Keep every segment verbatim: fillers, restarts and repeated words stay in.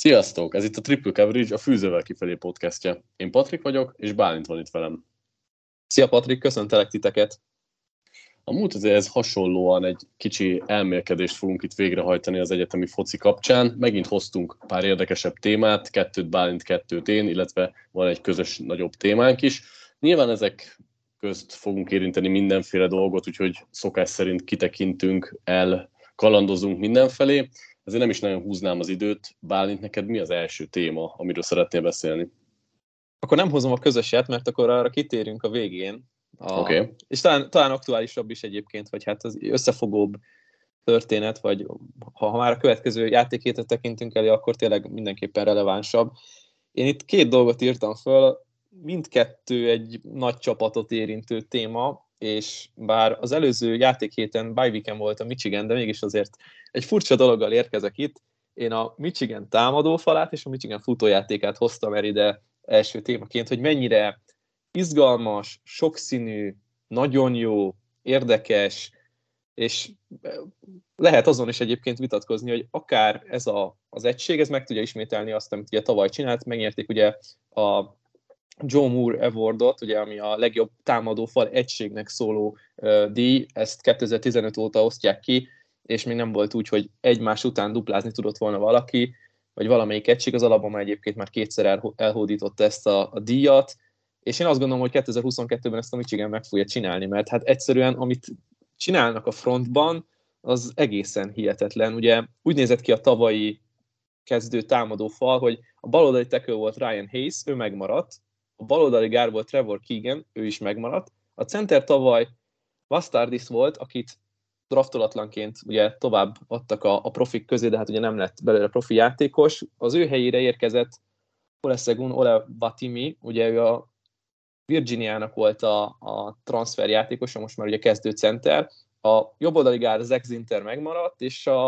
Sziasztok! Ez itt a Triple Coverage, a Fűzővel kifelé podcastja. Én Patrik vagyok, és Bálint van itt velem. Szia Patrik, köszöntelek titeket! A múlt azért hasonlóan egy kicsi elmélkedést fogunk itt végrehajtani az egyetemi foci kapcsán. Megint hoztunk pár érdekesebb témát, kettőt Bálint, kettőt én, illetve van egy közös nagyobb témánk is. Nyilván ezek közt fogunk érinteni mindenféle dolgot, úgyhogy szokás szerint kitekintünk el, kalandozunk mindenfelé. Ezért nem is nagyon húznám az időt. Bálint, neked mi az első téma, amiről szeretnél beszélni? Akkor nem hozom a közöset, mert akkor arra kitérünk a végén. A... Oké. Okay. És talán, talán aktuálisabb is egyébként, vagy hát az összefogóbb történet, vagy ha, ha már a következő játékhétre tekintünk elé, akkor tényleg mindenképpen relevánsabb. Én itt két dolgot írtam föl, mindkettő egy nagy csapatot érintő téma, és bár az előző játékhéten bye weekend volt a Michigan, de mégis azért egy furcsa dologgal érkezek itt. Én a Michigan támadófalát és a Michigan futójátékát hoztam el ide első témaként, hogy mennyire izgalmas, sokszínű, nagyon jó, érdekes, és lehet azon is egyébként vitatkozni, hogy akár ez a, az egység, ez meg tudja ismételni azt, amit ugye tavaly csinált, megnyerték ugye a Joe Moore Awardot, ugye, ami a legjobb támadófal egységnek szóló uh, díj, ezt kétezer-tizenöt óta osztják ki, és még nem volt úgy, hogy egymás után duplázni tudott volna valaki, vagy valamelyik egység, az Alabama egyébként már kétszer el, elhódította ezt a, a díjat, és én azt gondolom, hogy kétezer-huszonkettőben ezt a Michigan meg fogja csinálni, mert hát egyszerűen, amit csinálnak a frontban, az egészen hihetetlen. Ugye úgy nézett ki a tavalyi kezdő támadó fal, hogy a baloldali tackle volt Ryan Hayes, ő megmaradt, a baloldali gár volt Trevor Keegan, ő is megmaradt, a center tavaly Vastardis volt, akit draftolatlanként ugye tovább adtak a, a profik közé, de hát ugye nem lett belőle profi játékos. Az ő helyére érkezett Olusegun Oluwatimi, ugye ő a Virginiának volt a, a transfer játékosa, most már ugye kezdő center. A jobboldali gár Zach Zinter megmaradt, és a,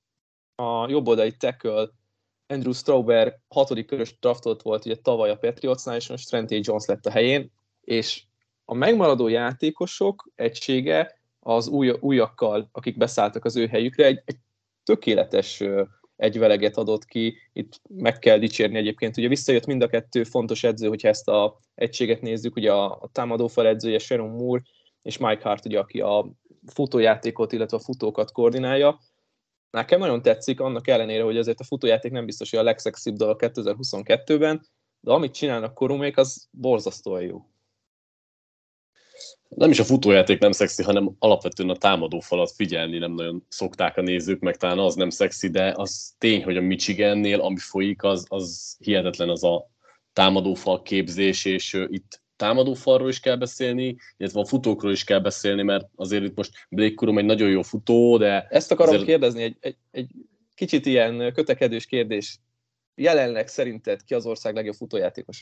a jobboldali tackle Andrew Strouber hatodik körös draftolt volt ugye tavaly a Patriotsnál, és most Trente Jones lett a helyén, és a megmaradó játékosok egysége az új, újakkal, akik beszálltak az ő helyükre, egy, egy tökéletes egyveleget adott ki. Itt meg kell dicsérni egyébként. Ugye visszajött mind a kettő fontos edző, hogyha ezt az egységet nézzük, ugye a, a támadófal edzője Sharon Moore, és Mike Hart, ugye, aki a futójátékot, illetve a futókat koordinálja. Nekem nagyon tetszik, annak ellenére, hogy azért a futójáték nem biztos, hogy a legszexibb dolog kétezer-huszonkettőben, de amit csinálnak korumék, az borzasztóan jó. Nem is a futójáték nem szexi, hanem alapvetően a támadófalat figyelni nem nagyon szokták a nézők, meg talán az nem szexi, de az tény, hogy a Michigannél, ami folyik, az, az hihetetlen az a támadófal képzés, és uh, itt támadófalról is kell beszélni, illetve a futókról is kell beszélni, mert azért itt most Blake Corum egy nagyon jó futó, de... Ezt akarom azért... kérdezni, egy, egy, egy kicsit ilyen kötekedős kérdés. Jelenleg szerinted ki az ország legjobb futójátékosa?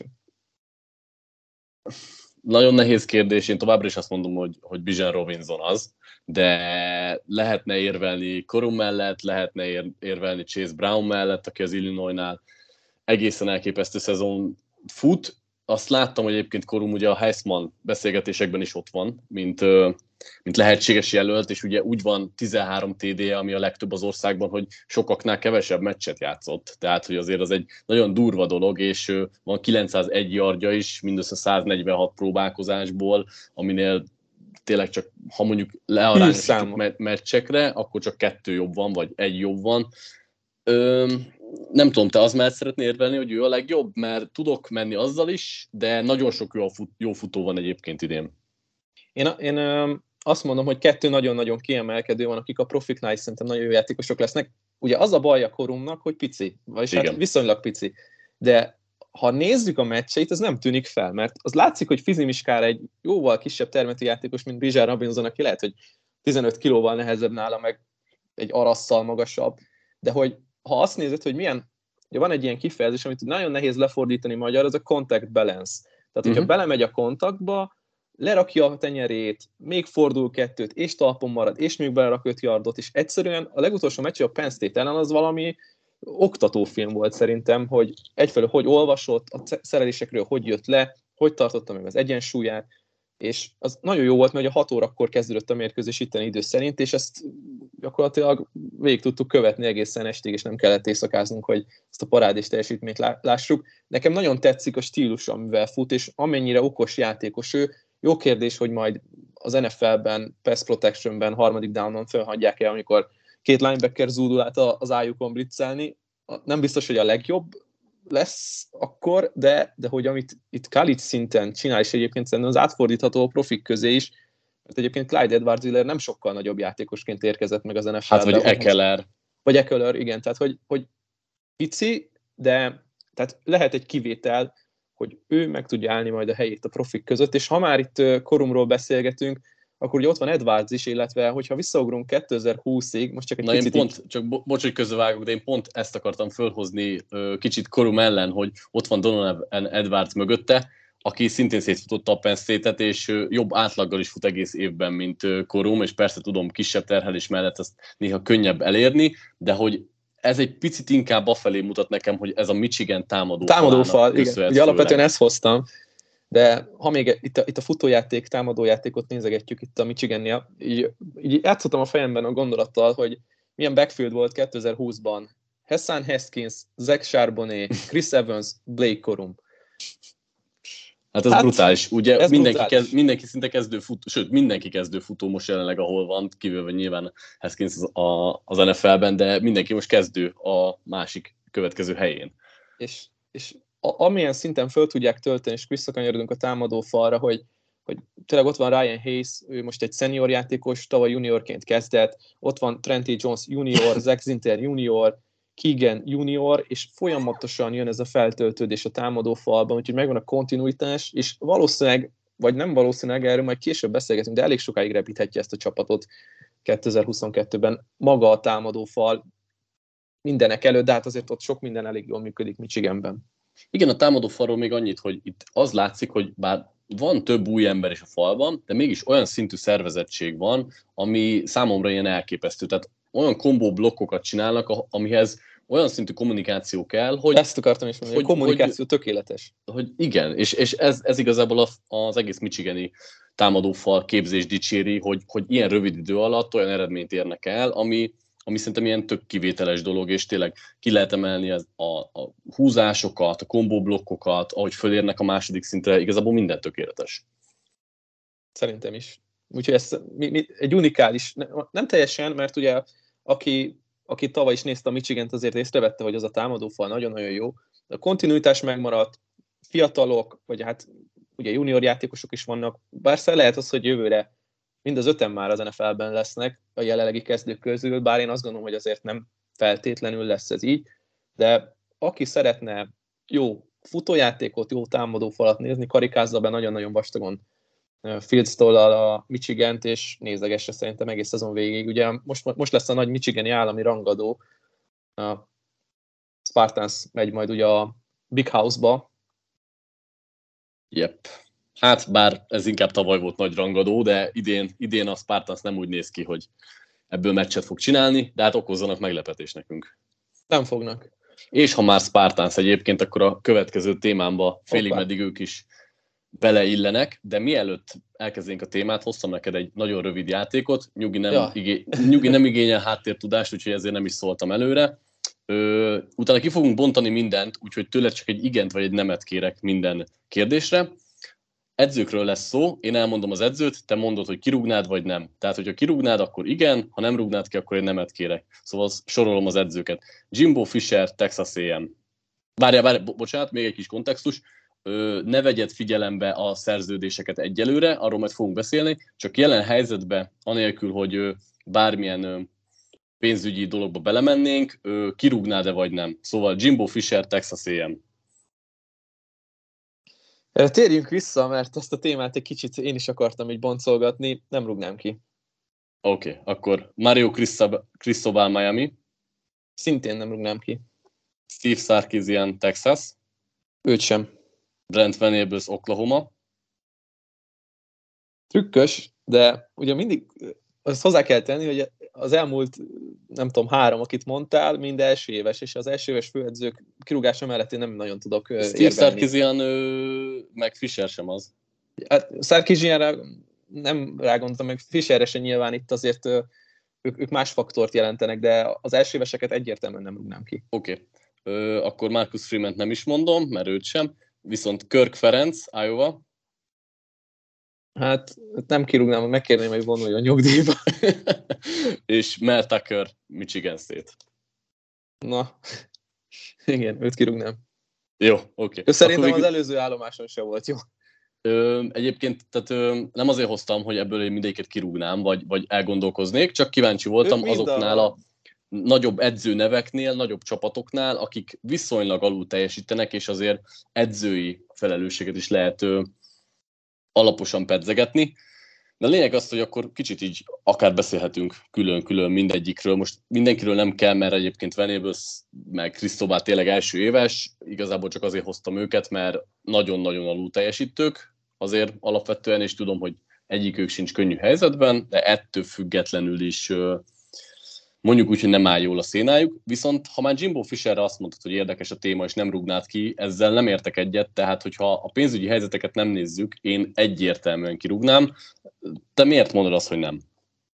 Nagyon nehéz kérdés, én továbbra is azt mondom, hogy, hogy Bijan Robinson az, de lehetne érvelni Corum mellett, lehetne ér, érvelni Chase Brown mellett, aki az Illinoisnál egészen elképesztő szezon fut. Azt láttam, hogy egyébként Corum ugye a Heisman beszélgetésekben is ott van, mint, mint lehetséges jelölt, és ugye úgy van tizenhárom té dé-je, ami a legtöbb az országban, hogy sokaknál kevesebb meccset játszott. Tehát, hogy azért az egy nagyon durva dolog, és van kilencszázegy yardja is, mindössze száznegyvenhat próbálkozásból, aminél tényleg csak, ha mondjuk learányosítjuk meccsekre, akkor csak kettő jobb van, vagy egy jobb van. Ö, nem tudom, te az mellett szeretnél érvelni, hogy ő a legjobb, mert tudok menni azzal is, de nagyon sok jó, fut, jó futó van egyébként idén. Én, én ö, azt mondom, hogy kettő nagyon-nagyon kiemelkedő van, akik a profiknál is szerintem nagyon jó játékosok lesznek. Ugye az a baj a Corumnak, hogy pici, vagyis hát viszonylag pici. De ha nézzük a meccseit, ez nem tűnik fel, mert az látszik, hogy fizimiskára egy jóval kisebb termetű játékos, mint Bijan Robinson, aki lehet, hogy tizenöt kilóval nehezebb nála, meg egy arasszal magasabb. De hogy ha azt nézed, hogy milyen, ugye van egy ilyen kifejezés, amit nagyon nehéz lefordítani magyar, az a contact balance. Tehát, hogyha uh-huh. belemegy a kontaktba, lerakja a tenyerét, még fordul kettőt, és talpon marad, és még belerak öt yardot, és egyszerűen a legutolsó meccs a Penn State ellen az valami oktatófilm volt szerintem, hogy egyfelől hogy olvasott, a szerelésekről hogy jött le, hogy tartotta meg az egyensúlyát, és az nagyon jó volt, mert a hat órakor kezdődött a mérkőzés itteni idő szerint, és ezt gyakorlatilag végig tudtuk követni egészen estig, és nem kellett éjszakáznunk, hogy ezt a parádés teljesítményt lássuk. Nekem nagyon tetszik a stílus, amivel fut, és amennyire okos játékos ő. Jó kérdés, hogy majd az en ef el-ben, pass protectionben, harmadik downon fölhagyják el, amikor két linebacker zúdul át az ájukon blitzelni. Nem biztos, hogy a legjobb lesz akkor, de, de hogy amit itt college szinten csinál, és egyébként szerintem az átfordítható a profik közé is, mert egyébként Clyde Edwards-Helaire nem sokkal nagyobb játékosként érkezett meg az en ef el-be. Hát, vagy Ekeler. Vagy Ekeler, igen, tehát hogy, hogy pici, de tehát lehet egy kivétel, hogy ő meg tudja állni majd a helyét a profik között, és ha már itt korumról beszélgetünk, akkor ugye ott van Edwards is, illetve hogyha visszaugrunk kétezer-húszig, most csak egy Na picit... én pont, így... csak bo- bocs, hogy közbevágok, de én pont ezt akartam fölhozni kicsit korum ellen, hogy ott van Donovan Edwards mögötte, aki szintén szétfutotta a Penn State-et, és jobb átlaggal is fut egész évben, mint korum, és persze tudom, kisebb terhelés mellett ezt néha könnyebb elérni, de hogy ez egy picit inkább afelé mutat nekem, hogy ez a Michigan támadó támadófal, igen. Ugye alapvetően ezt hoztam, de ha még itt a, itt a futójáték, támadójátékot nézegetjük itt a Michigannél, így, így játszottam a fejemben a gondolattal, hogy milyen backfield volt kétezer-húszban. Hassan Haskins, Zach Charbonnet, Chris Evans, Blake Corum. Hát ez hát, brutális. Ugye ez mindenki, brutális. Kez, mindenki szinte kezdő futó, sőt, mindenki kezdő futó most jelenleg, ahol van, kivéve nyilván Haskins az, a, az en ef el-ben, de mindenki most kezdő a másik következő helyén. És, és a, amilyen szinten föl tudják tölteni, és visszakanyarodunk a támadó falra, hogy, hogy tényleg ott van Ryan Hayes, ő most egy senior játékos, tavaly juniorként kezdett, ott van Trenty Jones junior, Zach Zinter junior, Keegan junior, és folyamatosan jön ez a feltöltődés a támadó falban, úgyhogy megvan a kontinuitás, és valószínűleg, vagy nem valószínűleg, erről majd később beszélgetünk, de elég sokáig repíthetje ezt a csapatot kétezer-huszonkettőben maga a támadó fal mindenek előtt, de hát azért ott sok minden elég jól működik Michiganben. Igen, a támadó falról még annyit, hogy itt az látszik, hogy bár van több új ember is a falban, de mégis olyan szintű szervezettség van, ami számomra ilyen elképesztő. Tehát olyan kombó blokkokat csinálnak, amihez olyan szintű kommunikáció kell, hogy... Ezt akartam is mondani, hogy a kommunikáció hogy, tökéletes. Hogy igen, és, és ez, ez igazából az egész michigani támadófal képzés dicséri, hogy, hogy ilyen rövid idő alatt olyan eredményt érnek el, ami, ami szerintem ilyen tök kivételes dolog, és tényleg ki lehet emelni a, a húzásokat, a kombóblokkokat, ahogy fölérnek a második szintre, igazából minden tökéletes. Szerintem is. Úgyhogy ez mi, mi, egy unikális, nem teljesen, mert ugye aki, aki tavaly is nézte a Michigant, azért észrevette, hogy az a támadófal nagyon-nagyon jó. A kontinuitás megmaradt, fiatalok, vagy hát ugye junior játékosok is vannak, bár lehet az, hogy jövőre mind az öten már az en ef el-ben lesznek a jelenlegi kezdők közül, bár én azt gondolom, hogy azért nem feltétlenül lesz ez így, de aki szeretne jó futójátékot, jó támadófalat nézni, karikázza be nagyon-nagyon vastagon Fields-tollal a Michigant, és nézegesse szerintem egész szezon végig. Ugye most, most lesz a nagy michigani állami rangadó, a Spartans megy majd ugye a Big House-ba. Yep. Hát bár ez inkább tavaly volt nagy rangadó, de idén, idén a Spartans nem úgy néz ki, hogy ebből meccset fog csinálni, de hát okozzanak meglepetést nekünk. Nem fognak. És ha már Spartans egyébként, akkor a következő témámba félig Opa. meddig ők is beleillenek, de mielőtt elkezdnénk a témát, hoztam neked egy nagyon rövid játékot, Nyugi nem, ja. igé, Nyugi nem igényel háttértudást, úgyhogy ezért nem is szóltam előre. Ö, utána ki fogunk bontani mindent, úgyhogy tőled csak egy igent vagy egy nemet kérek minden kérdésre. Edzőkről lesz szó, én elmondom az edzőt, te mondod, hogy kirúgnád vagy nem. Tehát, hogyha kirúgnád, akkor igen, ha nem rúgnád ki, akkor egy nemet kérek. Szóval sorolom az edzőket. Jimbo Fisher, Texas á és em. Várjál, várjál, bo- bocsánat, még egy kis kontextus. Ö, ne vegyed figyelembe a szerződéseket egyelőre, arról majd fogunk beszélni, csak jelen helyzetben, anélkül, hogy ö, bármilyen ö, pénzügyi dologba belemennénk, ö, kirúgnád-e vagy nem. Szóval Jimbo Fisher, Texas á és em. Térjünk vissza, mert ezt a témát egy kicsit én is akartam így boncolgatni, nem rúgnám ki. Oké, okay, akkor Mario Cristobal, Miami. Szintén nem rúgnám ki. Steve Sarkisian, Texas. Őt sem. Brent Venables, Oklahoma. Trükkös, de ugye mindig azt hozzá kell tenni, hogy az elmúlt, nem tudom, három, akit mondtál, mind első éves, és az első éves főedzők kirúgása mellett én nem nagyon tudok Steve érvelni. Steve Sarkisian meg Fisher sem az. Hát Sarkisianra nem rágondoltam, meg Fischerre se nyilván itt azért ők, ők más faktort jelentenek, de az első éveseket egyértelműen nem rúgnám ki. Oké. Okay. Akkor Marcus Freeman-t nem is mondom, mert őt sem. Viszont Kirk Ferenc, Iowa. Hát nem kirúgnám, megkérném, hogy vonuljon nyugdíjba. És Mel Tucker, Michigan State. Na, igen, őt kirúgnám. Jó, oké. Okay. Ő szerintem végül... az előző állomáson sem volt jó. Ö, egyébként tehát, ö, nem azért hoztam, hogy ebből én mindegyiket kirúgnám, vagy, vagy elgondolkoznék, csak kíváncsi voltam azoknál a nagyobb edzőneveknél, nagyobb csapatoknál, akik viszonylag alul teljesítenek, és azért edzői felelősséget is lehet ö, alaposan pedzegetni. De a lényeg az, hogy akkor kicsit így akár beszélhetünk külön-külön mindegyikről. Most mindenkiről nem kell, mert egyébként Venables meg Cristobal tényleg első éves. Igazából csak azért hoztam őket, mert nagyon-nagyon alul teljesítők. Azért alapvetően, és tudom, hogy egyikük sincs könnyű helyzetben, de ettől függetlenül is mondjuk úgy, hogy nem áll jól a szénájuk. Viszont ha már Jimbo Fisherre azt mondtad, hogy érdekes a téma, és nem rúgnád ki, ezzel nem értek egyet, tehát hogyha a pénzügyi helyzeteket nem nézzük, én egyértelműen kirúgnám. Te miért mondod azt, hogy nem?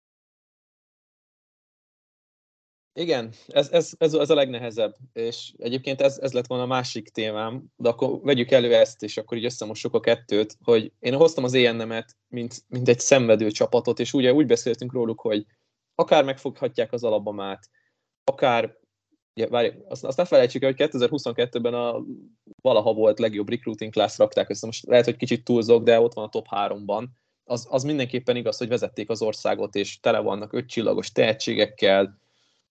Igen, ez, ez, ez, ez a legnehezebb, és egyébként ez, ez lett volna a másik témám, de akkor vegyük elő ezt, és akkor így összemossuk a kettőt, hogy én hoztam az á and em-et, mint, mint egy szenvedő csapatot, és ugye úgy beszéltünk róluk, hogy akár megfoghatják az Alabamát, akár, ja, várj, azt, azt ne felejtsük el, hogy kétezer-huszonkettőben a valaha volt legjobb recruiting class rakták össze, most lehet, hogy kicsit túlzok, de ott van a top háromban, az, az mindenképpen igaz, hogy vezették az országot, és tele vannak ötcsillagos tehetségekkel,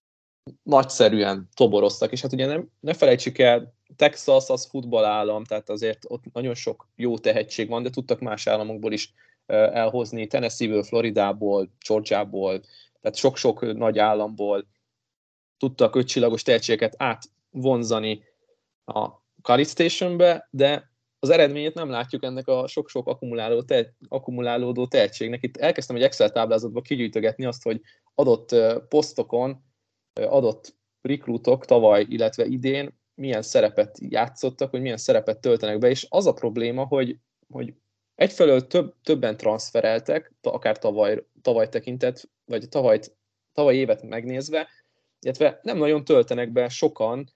nagyszerűen toboroztak, és hát ugye nem, ne felejtsük el, Texas az futballállam, tehát azért ott nagyon sok jó tehetség van, de tudtak más államokból is elhozni, Tennessee-ből, Floridából, Georgiából, tehát sok-sok nagy államból tudtak ötcsillagos tehetségeket átvonzani a College Stationbe, de az eredményét nem látjuk ennek a sok-sok akkumuláló te- akkumulálódó tehetségnek. Itt elkezdtem egy Excel táblázatba kigyűjtögetni azt, hogy adott posztokon, adott recruitok tavaly, illetve idén milyen szerepet játszottak, hogy milyen szerepet töltenek be, és az a probléma, hogy, hogy egyfelől több, többen transfereltek, akár tavaly, tavaly tekintet, vagy tavaly, tavaly évet megnézve, illetve nem nagyon töltenek be sokan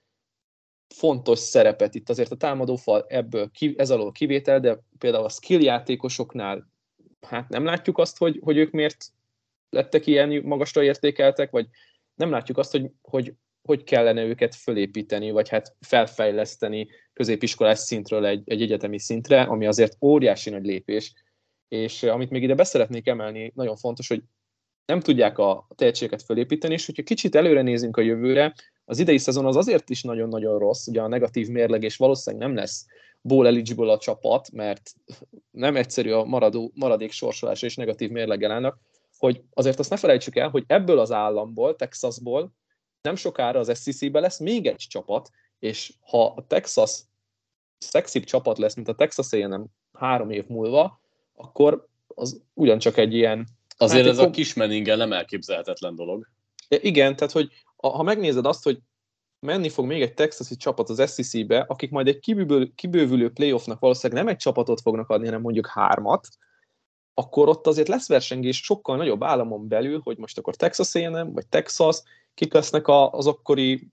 fontos szerepet. Itt azért a támadófal ebből ki, ez alól kivétel, de például a skill játékosoknál hát nem látjuk azt, hogy, hogy ők miért lettek ilyen magasra értékeltek, vagy nem látjuk azt, hogy, hogy hogy kellene őket fölépíteni, vagy hát felfejleszteni középiskolás szintről egy, egy egyetemi szintre, ami azért óriási nagy lépés. És amit még ide beszeretnék emelni, nagyon fontos, hogy nem tudják a tehetségeket fölépíteni, és hogyha kicsit előre nézünk a jövőre, az idei szezon az azért is nagyon-nagyon rossz, ugye a negatív mérleg, és valószínűleg nem lesz bowl eligible a csapat, mert nem egyszerű a maradó, maradék sorsolása és negatív mérleggel állnak, hogy azért azt ne felejtsük el, hogy ebből az államból, Texasból nem sokára az es í cé-be lesz még egy csapat, és ha a Texas szexibb csapat lesz, mint a Texas á and em három év múlva, akkor az ugyancsak egy ilyen... Azért hát ez a kom- kis meninggel nem elképzelhetetlen dolog. Igen, tehát hogy ha megnézed azt, hogy menni fog még egy texasi csapat az es í cé-be, akik majd egy kibővülő, kibővülő playoffnak valószínűleg nem egy csapatot fognak adni, hanem mondjuk hármat, akkor ott azért lesz versengés sokkal nagyobb államon belül, hogy most akkor Texas á and em, vagy Texas, kik lesznek az akkori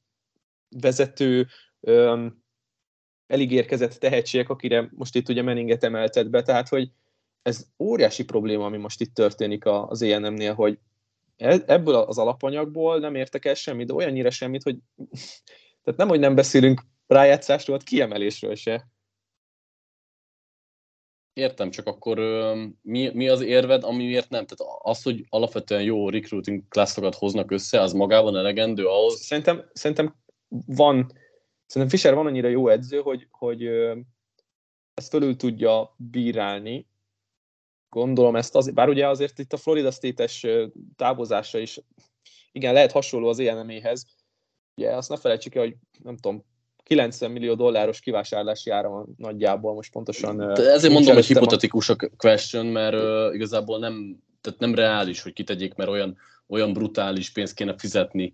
vezető, öm, eligérkezett tehetségek, akire most itt ugye Manninget emelted be, tehát hogy ez óriási probléma, ami most itt történik az á and em-nél, hogy ebből az alapanyagból nem értek el semmit, de olyannyira semmit, hogy tehát nem, hogy nem beszélünk rájátszásról, hát kiemelésről se. Értem, csak akkor mi, mi az érved, amiért nem? Tehát az, hogy alapvetően jó recruiting klasszokat hoznak össze, az magában elegendő ahhoz? Szerintem, szerintem van, szerintem Fisher van annyira jó edző, hogy, hogy ezt fölül tudja bírálni. Gondolom ezt, az, bár ugye azért itt a Florida State-es távozása is, igen, lehet hasonló az á and em-éhez. Ugye azt ne felejtsük el, hogy nem tudom, kilencven millió dolláros kivásárlási ára van nagyjából most pontosan. De ezért mondom, hogy hipotetikus a question, mert uh, igazából nem, tehát nem reális, hogy kitegyék, mert olyan, olyan brutális pénzt kéne fizetni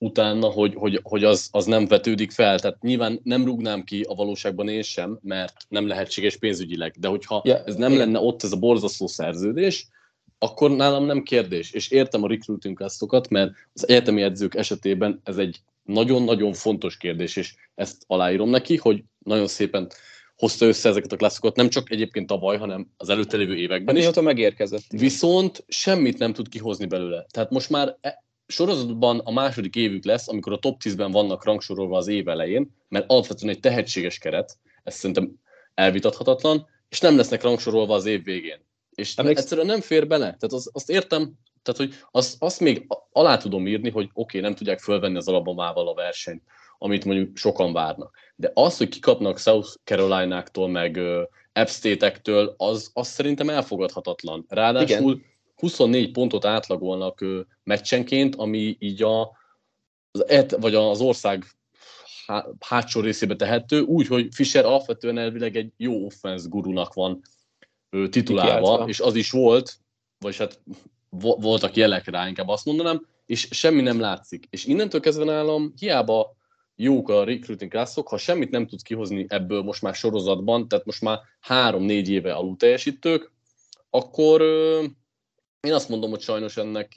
utána, hogy, hogy, hogy az, az nem vetődik fel. Tehát nyilván nem rúgnám ki a valóságban én sem, mert nem lehetséges pénzügyileg. De hogyha Ja, ez nem igen. lenne ott ez a borzasztó szerződés, akkor nálam nem kérdés. És értem a recruiting classokat, mert az egyetemi edzők esetében ez egy nagyon-nagyon fontos kérdés, és ezt aláírom neki, hogy nagyon szépen hozta össze ezeket a klasszokat, nem csak egyébként tavaly, hanem az előtte lévő években Hát is. mióta megérkezett. Viszont semmit nem tud kihozni belőle. Tehát most már sorozatban a második évük lesz, amikor a top tízben vannak rangsorolva az év elején, mert alapvetően egy tehetséges keret, ez szerintem elvitathatatlan, és nem lesznek rangsorolva az év végén. És Emléksz... egyszerűen nem fér bele. Tehát az, azt értem, tehát hogy azt, azt még alá tudom írni, hogy oké, okay, nem tudják fölvenni az Alabamával a versenyt, amit mondjuk sokan várnak. De az, hogy kikapnak South Carolináktól, meg uh, App State-ektől, az, az szerintem elfogadhatatlan. Ráadásul igen. huszonnégy pontot átlagolnak uh, meccsenként, ami így a, az, et, vagy az ország há, hátsó részébe tehető, úgy, hogy Fisher alapvetően elvileg egy jó offense gurunak van uh, titulálva, Kikiáltva. És az is volt, vagy hát vo- voltak jelek rá, inkább azt mondanám, és semmi nem látszik. És innentől kezdve nálam hiába jók a recruiting classok, ha semmit nem tudsz kihozni ebből most már sorozatban, tehát most már három-négy éve alul teljesítők, akkor euh, én azt mondom, hogy sajnos ennek,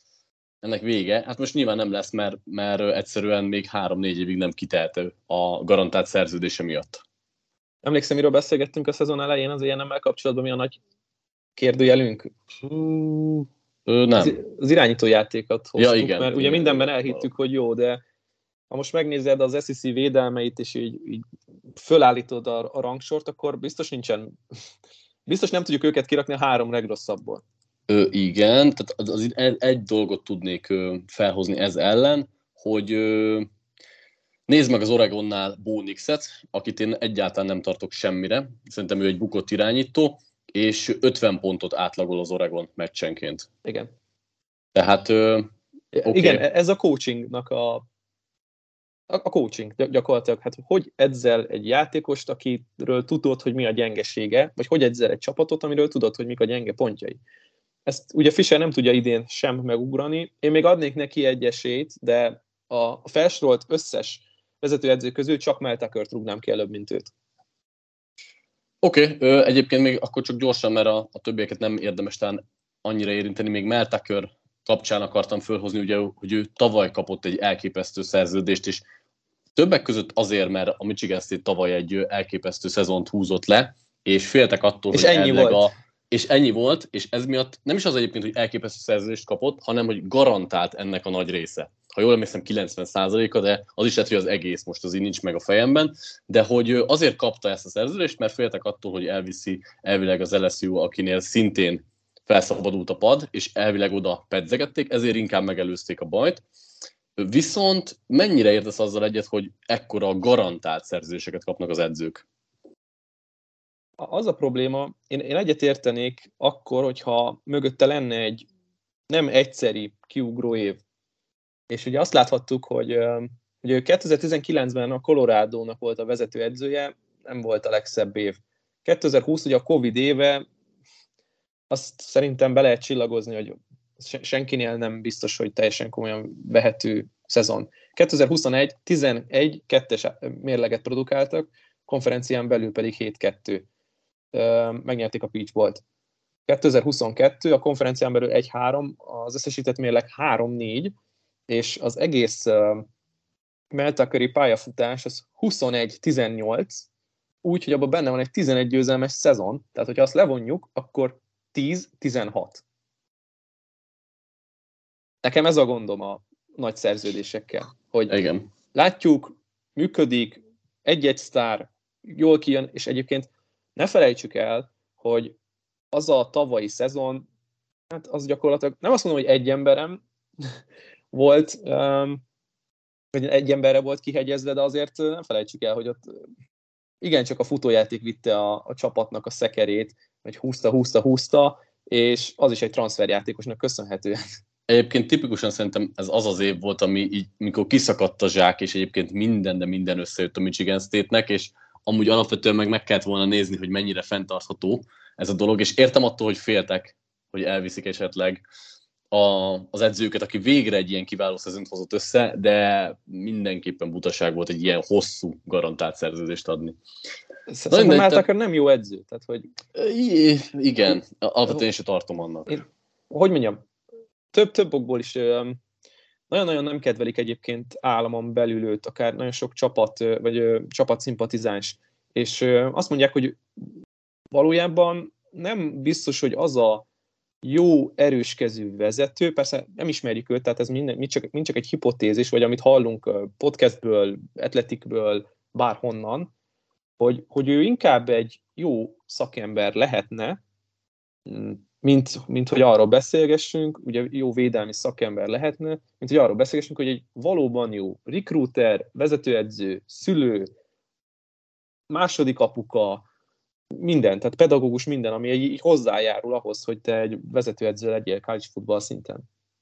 ennek vége. Hát most nyilván nem lesz, mert, mert egyszerűen még három-négy évig nem kitehető a garantált szerződése miatt. Emlékszem, miről beszélgettünk a szezon elején az ilyen kapcsolatban, mi a nagy kérdőjelünk? Hú, nem. Az, az irányító játékat hoztuk, ja, igen, mert ugye igen, mindenben elhittük, hogy jó, de ha most megnézed az es e cé védelmeit, és így, így fölállítod a, a rangsort, akkor biztos nincsen, biztos nem tudjuk őket kirakni a három legrosszabbból. Ö, igen, tehát az, az egy, egy dolgot tudnék ö, felhozni ez ellen, hogy ö, nézd meg az Oregonnál Bo Nixet, akit én egyáltalán nem tartok semmire, szerintem ő egy bukott irányító, és ötven pontot átlagol az Oregon meccsenként. Igen. Tehát, ö, okay. Igen, ez a coachingnak a a coaching gyakorlatilag, hát hogy edzel egy játékost, akiről tudod, hogy mi a gyengesége, vagy hogy edzel egy csapatot, amiről tudod, hogy mik a gyenge pontjai. Ezt ugye Fisher nem tudja idén sem megugrani. Én még adnék neki egy esélyt, de a felsorolt összes vezetőedző közül csak Mel Tuckert rúgnám ki előbb, mint őt. Oké, okay. Egyébként még akkor csak gyorsan, mert a, a többieket nem érdemes talán annyira érinteni, még Mel Tucker kapcsán akartam fölhozni, ugye, hogy ő tavaly kapott egy elképesztő szerződést, és többek között azért, mert a Michigan State tavaly egy elképesztő szezont húzott le, és féltek attól, és hogy ennyi volt. A, és ennyi volt, és ez miatt nem is az egyébként, hogy elképesztő szerződést kapott, hanem, hogy garantált ennek a nagy része. Ha jól emlékszem, kilencven százaléka, de az is lehet, hogy az egész most az így nincs meg a fejemben, de hogy azért kapta ezt a szerződést, mert féltek attól, hogy elviszi elvileg az el es u, akinél szintén felszabadult a pad, és elvileg oda pedzegették, ezért inkább megelőzték a bajt. Viszont mennyire értesz azzal egyet, hogy ekkora garantált szerződéseket kapnak az edzők? Az a probléma, én, én egyet értenék akkor, hogyha mögötte lenne egy nem egyszeri kiugró év. És ugye azt láthattuk, hogy ugye kétezer-tizenkilencben a Colorado-nak volt a vezető edzője, nem volt a legszebb év. kétezer-húsz ugye a Covid éve, azt szerintem be lehet csillagozni, hogy senkinél nem biztos, hogy teljesen komolyan vehető szezon. kétezer-huszonegy tizenegy kettes mérleget produkáltak, konferencián belül pedig hét kettő. Megnyerték a Peach Bowl-t. kétezer-huszonkettő a konferencián belül egy három, az összesített mérleg három négy, és az egész Mel Tuckeri pályafutás az huszonegy tizennyolc, úgyhogy abban benne van egy tizenegy győzelmes szezon, tehát hogyha azt levonjuk, akkor tíz tizenhat. Nekem ez a gondom a nagy szerződésekkel, hogy igen. Látjuk, működik, egy-egy sztár jól kijön, és egyébként ne felejtsük el, hogy az a tavalyi szezon, hát az gyakorlatilag, nem azt mondom, hogy egy emberem volt, um, vagy egy emberre volt kihegyezve, de azért nem felejtsük el, hogy ott igencsak a futójáték vitte a, a csapatnak a szekerét, hogy húzta, húzta, húzta, és az is egy transferjátékosnak köszönhetően. Egyébként tipikusan szerintem ez az az év volt, ami így, mikor kiszakadt a zsák, és egyébként minden, de minden összejött a Michigan State-nek, és amúgy alapvetően meg meg kellett volna nézni, hogy mennyire fenntartható ez a dolog, és értem attól, hogy féltek, hogy elviszik esetleg a, az edzőket, aki végre egy ilyen kiváló szezont hozott össze, de mindenképpen butaság volt egy ilyen hosszú garantált szerződést adni. Szerintem Mel nem jó edző. Tehát, hogy... Igen, alapvetően én sem tartom annak. Én, hogy mondjam, több, több okból is nagyon-nagyon nem kedvelik egyébként államon belül őt, akár nagyon sok csapat, vagy csapatszimpatizáns. És azt mondják, hogy valójában nem biztos, hogy az a jó, erőskezű vezető, persze nem ismerjük őt, tehát ez mind, mind, csak, mind csak egy hipotézis, vagy amit hallunk podcastből, atletikből, bárhonnan, hogy, hogy ő inkább egy jó szakember lehetne, mint, mint hogy arról beszélgessünk, ugye jó védelmi szakember lehetne, mint hogy arról beszélgessünk, hogy egy valóban jó recruiter, vezetőedző, szülő, második apuka, minden, tehát pedagógus minden, ami így hozzájárul ahhoz, hogy te egy vezetőedző legyél college football szinten.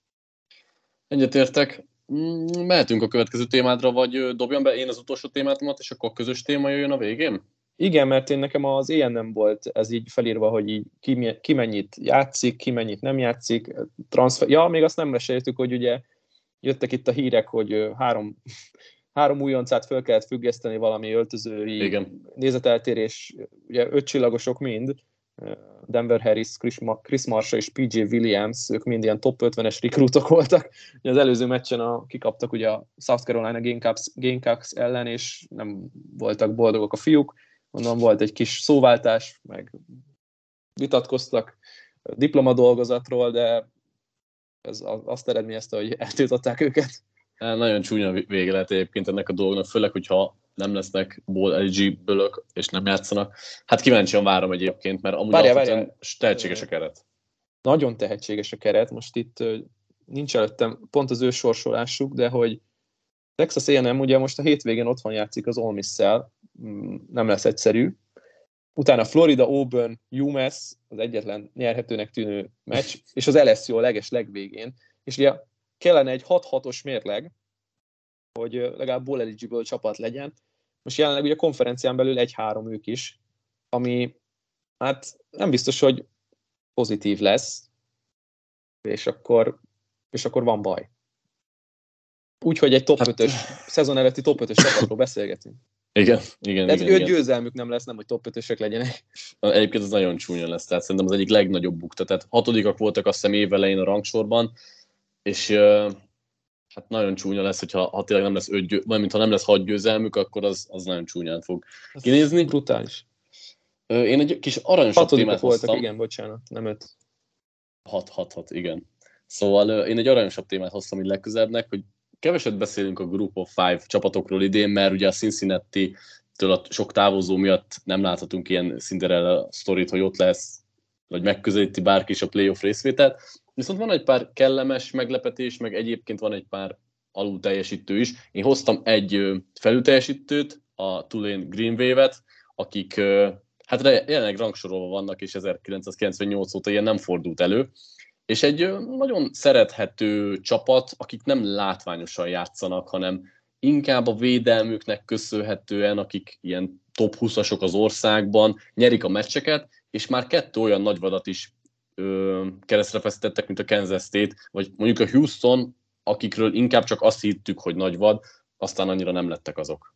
Egyetértek. Mehetünk a következő témádra, vagy dobjam be én az utolsó témátomat, és akkor közös téma jöjjön a végén? Igen, mert én nekem az é en em volt ez így felírva, hogy így ki, ki mennyit játszik, ki mennyit nem játszik. Transfer... Ja, még azt nem meséltük, hogy ugye jöttek itt a hírek, hogy három, három újoncát föl kellett függeszteni valami öltözői Igen. nézeteltérés, ugye öt csillagosok mind, Denver Harris, Chris Marshall és pé jé Williams, ők mind ilyen top ötvenes rekrútok voltak. Ugye az előző meccsen a, kikaptak ugye a South Carolina Gamecocks, Gamecocks ellen, és nem voltak boldogok a fiúk. Mondom, volt egy kis szóváltás, meg vitatkoztak diplomadolgozatról, de ez azt eredményezte, hogy eltiltották őket. Nagyon csúnya vége lehet egyébként ennek a dolognak, főleg, hogyha nem lesznek bowl eligible-ök, és nem játszanak. Hát kíváncsian várom egyébként, mert amúgy várjál, alapvetően várjál. tehetséges a keret. Nagyon tehetséges a keret. Most itt nincs előttem pont az ő sorsolásuk, de hogy Texas á és em ugye most a hétvégén otthon játszik az Ole Miss-szel, nem lesz egyszerű. Utána Florida, Auburn, UMass, az egyetlen nyerhetőnek tűnő meccs, és az el es u a leges legvégén. És ugye kellene egy hat hatos mérleg, hogy legalább bowl eligible csapat legyen. Most jelenleg ugye a konferencián belül egy három ők is, ami hát nem biztos, hogy pozitív lesz, és akkor, és akkor van baj. Úgyhogy egy top ötös, hát... szezon előtti top ötös csapatról beszélgetünk. Igen, igen, de igen. öt igen. győzelmük nem lesz, nem, hogy top ötösök legyenek. Egyébként ez nagyon csúnya lesz, tehát szerintem az egyik legnagyobb bukta. Tehát hatodikak voltak azt hiszem évelején a rangsorban, és uh, hát nagyon csúnya lesz, hogyha ha tényleg nem lesz öt győ, vagy mintha nem lesz hat győzelmük, akkor az, az nagyon csúnyán fog ez kinézni. Brutális. Uh, én egy kis aranyosabb témát voltak, hoztam. igen, bocsánat, nem öt. hat hat hat, igen. Szóval uh, én egy aranyosabb témát hoztam így legközelebnek, hogy keveset beszélünk a Group of Five csapatokról idén, mert ugye a Cincinnati-től a sok távozó miatt nem láthatunk ilyen Cinderella sztorit, hogy ott lesz, vagy megközelíti bárki is a playoff részvételt. Viszont van egy pár kellemes meglepetés, meg egyébként van egy pár alul teljesítő is. Én hoztam egy felülteljesítőt, a Tulane Green Wave-et, akik hát jelenleg rangsorolva vannak, és ezerkilencszázkilencvennyolc óta ilyen nem fordult elő. És egy nagyon szerethető csapat, akik nem látványosan játszanak, hanem inkább a védelmüknek köszönhetően, akik ilyen top húszasok az országban, nyerik a meccseket, és már kettő olyan nagyvadat is ö, keresztre feszítettek, mint a Kansas State, vagy mondjuk a Houston, akikről inkább csak azt hittük, hogy nagyvad, aztán annyira nem lettek azok.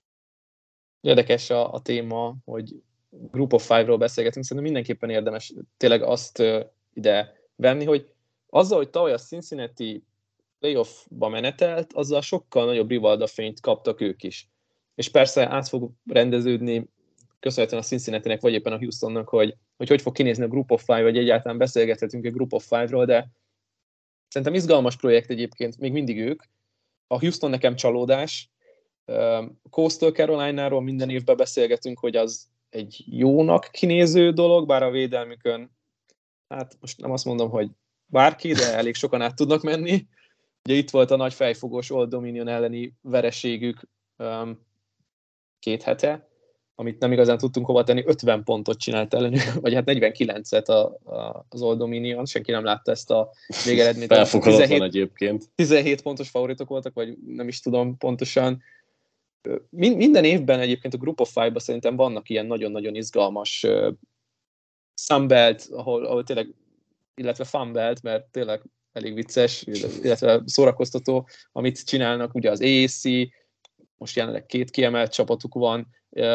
Érdekes a, a téma, hogy Group of Five-ról beszélgetünk, szerintem mindenképpen érdemes tényleg azt ö, ide venni, hogy azzal, hogy tavaly a Cincinnati playoffba menetelt, azzal sokkal nagyobb rivalda fényt kaptak ők is. És persze át fog rendeződni, köszönhetően a Cincinnatinek, vagy éppen a Houstonnak, hogy, hogy hogy fog kinézni a Group of Five, vagy egyáltalán beszélgethetünk a Group of Five-ról, de szerintem izgalmas projekt egyébként, még mindig ők. A Houston nekem csalódás. Coastal Carolina-ról minden évben beszélgetünk, hogy az egy jónak kinéző dolog, bár a védelmükön, hát most nem azt mondom, hogy bárki, de elég sokan át tudnak menni. Ugye itt volt a nagy fejfogós Old Dominion elleni vereségük um, két hete, amit nem igazán tudtunk hova tenni, ötven pontot csinált ellenük, vagy hát negyvenkilencet a, a, az Old Dominion, senki nem látta ezt a végeredményt. Felfoghatatlan egyébként. tizenhét pontos favoritok voltak, vagy nem is tudom pontosan. Minden évben egyébként a Group of Five-ba szerintem vannak ilyen nagyon-nagyon izgalmas uh, Sunbelt, ahol, ahol tényleg, illetve Funbelt, mert tényleg elég vicces, illetve szórakoztató, amit csinálnak, ugye az á á cé, most jelenleg két kiemelt csapatuk van,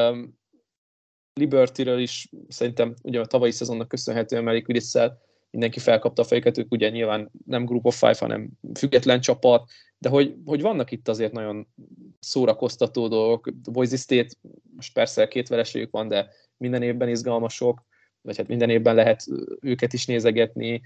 Libertyről is szerintem ugye a tavalyi szezonnak köszönhetően Malik Willis-szel mindenki felkapta a fejüket, ők ugye nyilván nem Group of Five, hanem független csapat, de hogy, hogy vannak itt azért nagyon szórakoztató dolgok. Boise State, most persze két vereségük van, de minden évben izgalmasok, vagy hát minden évben lehet őket is nézegetni.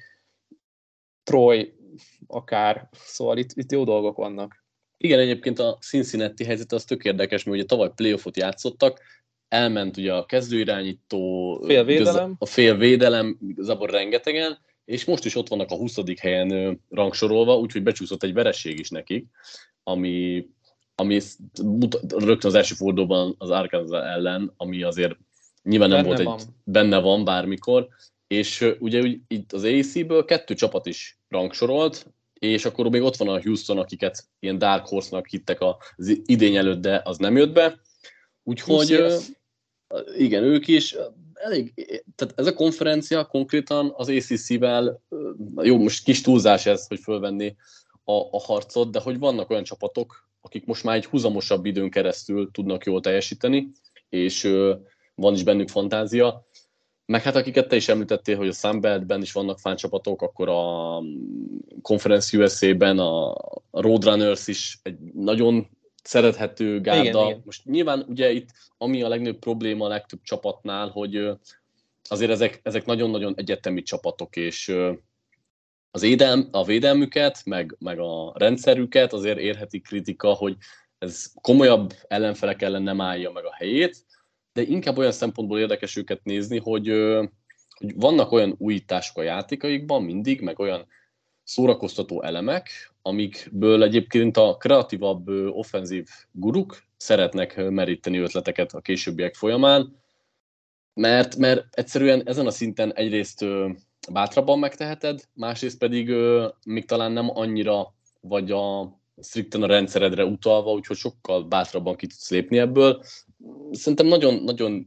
Troy akár, szóval itt, itt jó dolgok vannak. Igen, egyébként a Cincinnati helyzet az tök érdekes, mert ugye tavaly playoffot játszottak, elment ugye a kezdőirányító, félvédelem, a félvédelem, igazából rengetegen, és most is ott vannak a huszadik helyen rangsorolva, úgyhogy becsúszott egy vereség is nekik, ami, ami rögtön az első fordulóban az Arkansas ellen, ami azért nyilván nem benne volt egy, van. benne van bármikor, és ugye úgy, itt az á á cé-ből kettő csapat is rangsorolt, és akkor még ott van a Houston, akiket ilyen Dark Horse-nak hittek az idény előtt, de az nem jött be. Úgyhogy igen, ők is elég, tehát ez a konferencia konkrétan az á cé cé-vel, jó, most kis túlzás ez, hogy fölvenni a, a harcot, de hogy vannak olyan csapatok, akik most már egy húzamosabb időn keresztül tudnak jól teljesíteni, és van is bennük fantázia. Meg hát akiket te is említettél, hogy a Sunbelt-ben is vannak fáncsapatok, akkor a Conference u es á-ben a Roadrunners is egy nagyon szerethető gárda. Igen, igen. Most nyilván ugye itt, ami a legnagyobb probléma a legtöbb csapatnál, hogy azért ezek, ezek nagyon-nagyon egyetemi csapatok, és az édelm, a védelmüket, meg, meg a rendszerüket azért érheti kritika, hogy ez komolyabb ellenfelek ellen nem állja meg a helyét, de inkább olyan szempontból érdekes őket nézni, hogy, hogy vannak olyan újítások a játékaikban mindig, meg olyan szórakoztató elemek, amikből egyébként a kreatívabb offenzív guruk szeretnek meríteni ötleteket a későbbiek folyamán, mert, mert egyszerűen ezen a szinten egyrészt bátrabban megteheted, másrészt pedig még talán nem annyira vagy a strikten a rendszeredre utalva, úgyhogy sokkal bátrabban ki tudsz lépni ebből. Szerintem nagyon, nagyon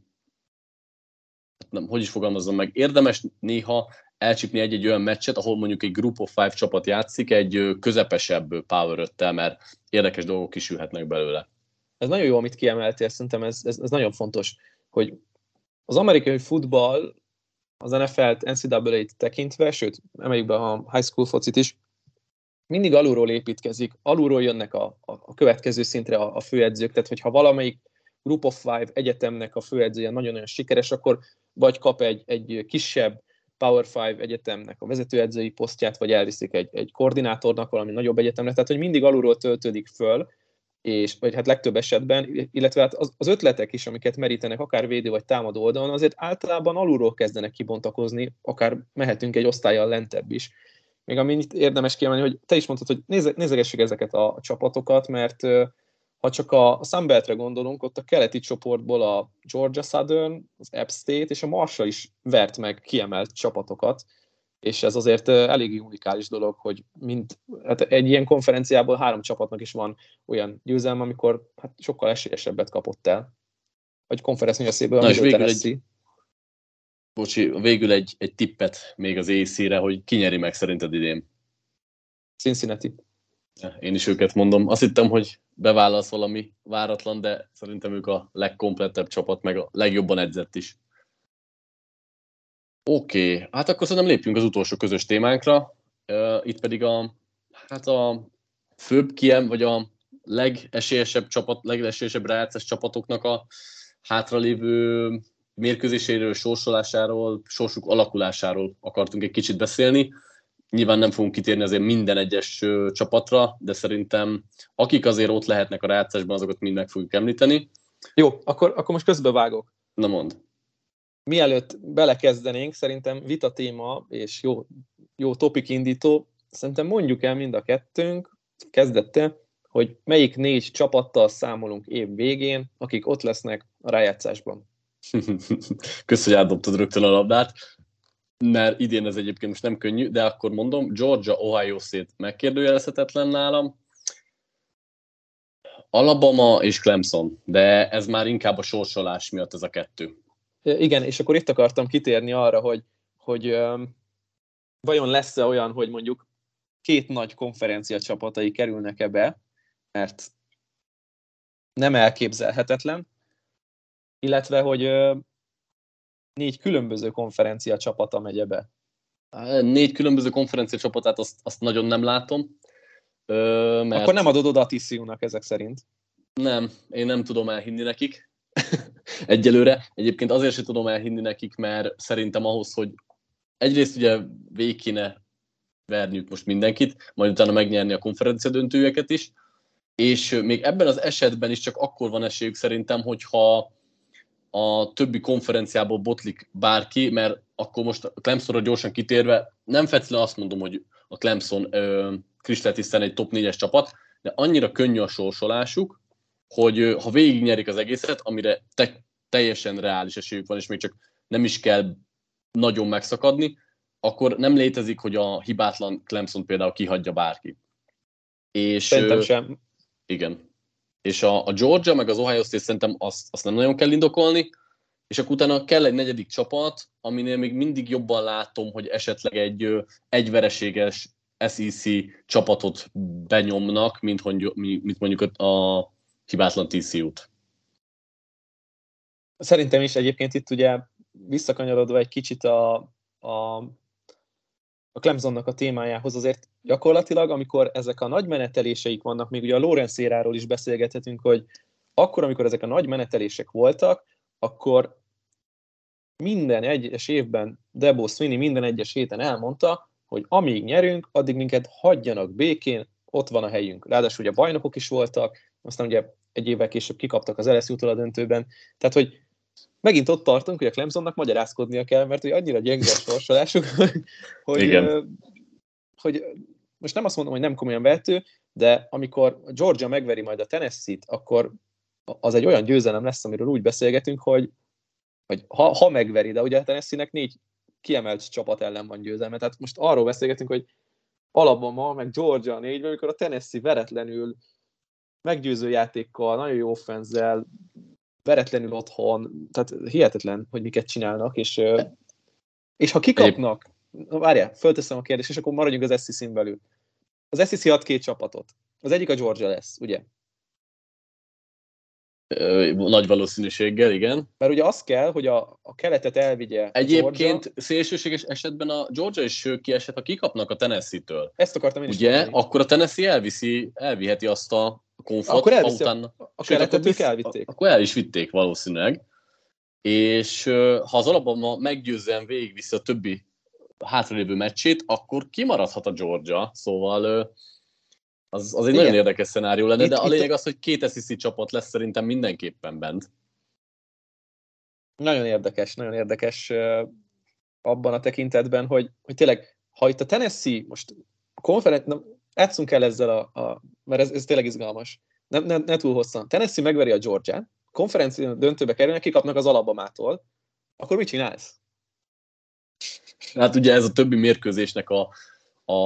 nem, hogy is fogalmazom meg, érdemes néha elcsípni egy-egy olyan meccset, ahol mondjuk egy Group of Five csapat játszik egy közepesebb Power öttel, mert érdekes dolgok kisülhetnek belőle. Ez nagyon jó, amit kiemeltél, szerintem ez, ez, ez nagyon fontos, hogy az amerikai futball, az en ef el-t, en cé á á-t tekintve, sőt, emeljük be a high school focit is, mindig alulról építkezik, alulról jönnek a, a, a következő szintre a, a főedzők, tehát hogyha valamelyik Group of Five egyetemnek a főedzője nagyon-nagyon sikeres, akkor vagy kap egy, egy kisebb Power Five egyetemnek a vezetőedzői posztját, vagy elviszik egy, egy koordinátornak valami nagyobb egyetemre, tehát hogy mindig alulról töltődik föl, és, vagy hát legtöbb esetben, illetve hát az, az ötletek is, amiket merítenek, akár védő vagy támadó oldalon, azért általában alulról kezdenek kibontakozni, akár mehetünk egy osztállyal lentebb is. Még amit érdemes kiemelni, hogy te is mondtad, hogy néze, nézegessük ezeket a csapatokat, mert ha csak a Sunbeltre gondolunk, ott a keleti csoportból a Georgia Southern, az App State és a Marshall is vert meg kiemelt csapatokat, és ez azért elég unikális dolog, hogy mind, hát egy ilyen konferenciából három csapatnak is van olyan győzelme, amikor hát sokkal esélyesebbet kapott el. Vagy konferencia széből, a Middle Tennessee. Bocsi, végül egy, egy tippet még az á cé-re, hogy ki nyeri meg szerinted idén? Cincinnati. Én is őket mondom. Azt hittem, hogy beválasz valami váratlan, de szerintem ők a legkomplettebb csapat, meg a legjobban edzett is. Oké, okay. Hát akkor szerintem lépjünk az utolsó közös témánkra. Itt pedig a, hát a főbb kiem, vagy a legesélyesebb csapat, legesélyesebb rájátszás csapatoknak a hátralévő mérkőzéséről, sorsolásáról, sorsuk alakulásáról akartunk egy kicsit beszélni. Nyilván nem fogunk kitérni azért minden egyes csapatra, de szerintem akik azért ott lehetnek a rájátszásban, azokat mind meg fogjuk említeni. Jó, akkor, akkor most közbevágok. Na mondd. Mielőtt belekezdenénk, szerintem vita téma és jó, jó topik indító, szerintem mondjuk el mind a kettőnk, kezdette, hogy melyik négy csapattal számolunk év végén, akik ott lesznek a rájátszásban. Kösz, hogy átdobtad rögtön a labdát, mert idén ez egyébként most nem könnyű, de akkor mondom, Georgia, Ohio State megkérdőjelezhetetlen nálam, Alabama és Clemson, de ez már inkább a sorsolás miatt ez a kettő. Igen, és akkor itt akartam kitérni arra, hogy, hogy um, vajon lesz-e olyan, hogy mondjuk két nagy konferencia csapatai kerülnek be, mert nem elképzelhetetlen, illetve, hogy négy különböző konferencia csapata megy ebbe. Négy különböző konferencia csapatát azt, azt nagyon nem látom. Mert... Akkor nem adod oda a té cé u-nak ezek szerint? Nem, én nem tudom elhinni nekik. Egyelőre. Egyébként azért sem tudom elhinni nekik, mert szerintem ahhoz, hogy egyrészt ugye végig kéne verniük most mindenkit, majd utána megnyerni a konferencia döntőjeket is, és még ebben az esetben is csak akkor van esélyük szerintem, hogyha a többi konferenciából botlik bárki, mert akkor most a Clemsonra gyorsan kitérve, nem feltétlenül azt mondom, hogy a Clemson kristálytisztán egy top négyes csapat, de annyira könnyű a sorsolásuk, hogy ha végignyerik az egészet, amire te, teljesen reális esélyük van, és még csak nem is kell nagyon megszakadni, akkor nem létezik, hogy a hibátlan Clemson például kihagyja bárki. És, szerintem sem. Igen. És a, a Georgia meg az Ohio State szerintem azt, azt nem nagyon kell indokolni, és akkor utána kell egy negyedik csapat, aminél még mindig jobban látom, hogy esetleg egy egyvereséges es í cé csapatot benyomnak, mint, mint mondjuk a hibátlan té cé u-t. Szerintem is egyébként itt ugye visszakanyarodva egy kicsit a, a, a Clemsonnak a témájához, azért gyakorlatilag, amikor ezek a nagy meneteléseik vannak, még ugye a Lawrence éráról is beszélgethetünk, hogy akkor, amikor ezek a nagy menetelések voltak, akkor minden egyes évben Dabo Swinney minden egyes héten elmondta, hogy amíg nyerünk, addig minket hagyjanak békén, ott van a helyünk. Ráadásul ugye bajnokok is voltak, aztán ugye egy évvel később kikaptak az el es u-tól a döntőben. Tehát, hogy megint ott tartunk, hogy a Clemsonnak magyarázkodnia kell, mert hogy annyira gyenge a sorsolásuk, hogy, hogy, hogy most nem azt mondom, hogy nem komolyan vehető, de amikor Georgia megveri majd a Tennessee-t, akkor az egy olyan győzelem lesz, amiről úgy beszélgetünk, hogy, hogy ha, ha megveri, de ugye a Tennessee-nek négy kiemelt csapat ellen van győzelme. Tehát most arról beszélgetünk, hogy Alabama, meg Georgia négyben, amikor a Tennessee veretlenül, meggyőző játékkal, nagyon jó offenzzel, veretlenül otthon, tehát hihetetlen, hogy miket csinálnak, és, és ha kikapnak, várjál, fölteszem a kérdést, és akkor maradjunk az es í cén belül. Az es í cé ad két csapatot. Az egyik a Georgia lesz, ugye? Nagy valószínűséggel, igen. Mert ugye az kell, hogy a, a keletet elvigye Egyébként Georgia. Szélsőséges esetben a Georgia is kiesett, ha kikapnak a Tennessee-től. Ezt akartam én is ugye, mondani. Akkor a Tennessee elviszi, elviheti azt a konfot, akkor elviszi utána, a, a keletet, ők elvitték. Akkor el is vitték valószínűleg. És ha az Alabama meggyőzően végigviszi a többi hátralévő meccsét, akkor kimaradhat a Georgia, szóval az, az egy igen. Nagyon érdekes szenárió lenne, itt, de a lényeg az, hogy két es í cé csapat lesz szerintem mindenképpen bent. Nagyon érdekes, nagyon érdekes abban a tekintetben, hogy, hogy tényleg, ha itt a Tennessee most konferencia, játszunk el ezzel, a, a, mert ez, ez tényleg izgalmas, ne, ne, ne túl hosszan. Tennessee megveri a Georgiát, konferencia döntőbe kerülnek, kikapnak az Alabamától, akkor mit csinálsz? Hát ugye ez a többi mérkőzésnek a, a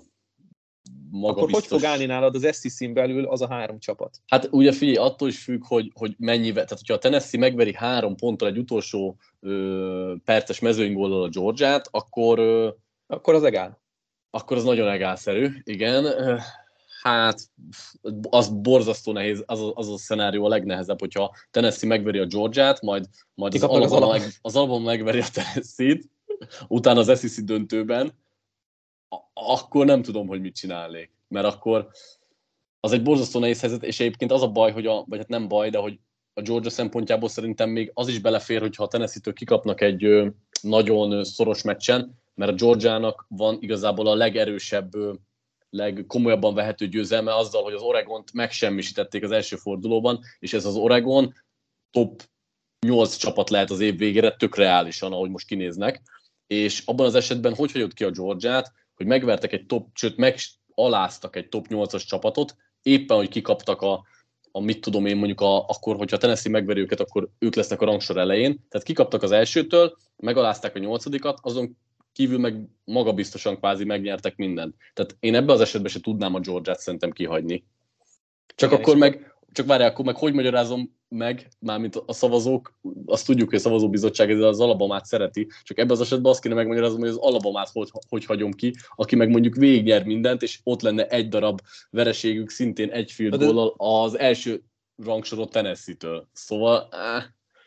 maga akkor biztos... hogy fog állni nálad az es í cén belül az a három csapat? Hát ugye figyelj, attól is függ, hogy, hogy mennyivel, tehát hogyha a Tennessee megveri három ponttal egy utolsó ö, perces mezőnygóllal a Georgiát, akkor... Ö, akkor az egál. Akkor az nagyon egálszerű, igen. Hát, az borzasztó nehéz, az a, az a szenárió a legnehezebb, hogyha Tennessee megveri a Georgiát, majd, majd az Alabama, az, Alabama. Meg, az Alabama megveri a Tennessee-t, utána az es í cé döntőben, akkor nem tudom, hogy mit csinálnék. Mert akkor az egy borzasztó nehéz helyzet, és egyébként az a baj, hogy a, vagy hát nem baj, de hogy a Georgia szempontjából szerintem még az is belefér, hogyha a Tennessee-től kikapnak egy ö, nagyon szoros meccsen, mert a Georgiának van igazából a legerősebb, legkomolyabban vehető győzelme azzal, hogy az Oregont megsemmisítették az első fordulóban, és ez az Oregon top nyolc csapat lehet az év végére, tök reálisan, ahogy most kinéznek. És abban az esetben hogy hagyott ki a Georgiát, hogy megvertek egy top, sőt megaláztak egy top nyolcas csapatot, éppen, hogy kikaptak a, a mit tudom én, mondjuk a, akkor, hogyha a Tennessee megveri őket, akkor ők lesznek a rangsor elején. Tehát kikaptak az elsőtől, megalázták a nyolcadikat, azon kívül meg magabiztosan kvázi megnyertek mindent. Tehát én ebben az esetben se tudnám a Georgiát szerintem kihagyni. Csak igen, akkor meg csak várjál, akkor meg hogy magyarázom meg, mármint a szavazók, azt tudjuk, hogy a szavazóbizottság ez az Alabamát szereti, csak ebben az esetben azt kéne megmagyarázom, hogy az Alabamát hogy, hogy hagyom ki, aki meg mondjuk végignyer mindent, és ott lenne egy darab vereségük szintén egy field goal-al az első rangsorot Tennessee-től. Szóval... Eh.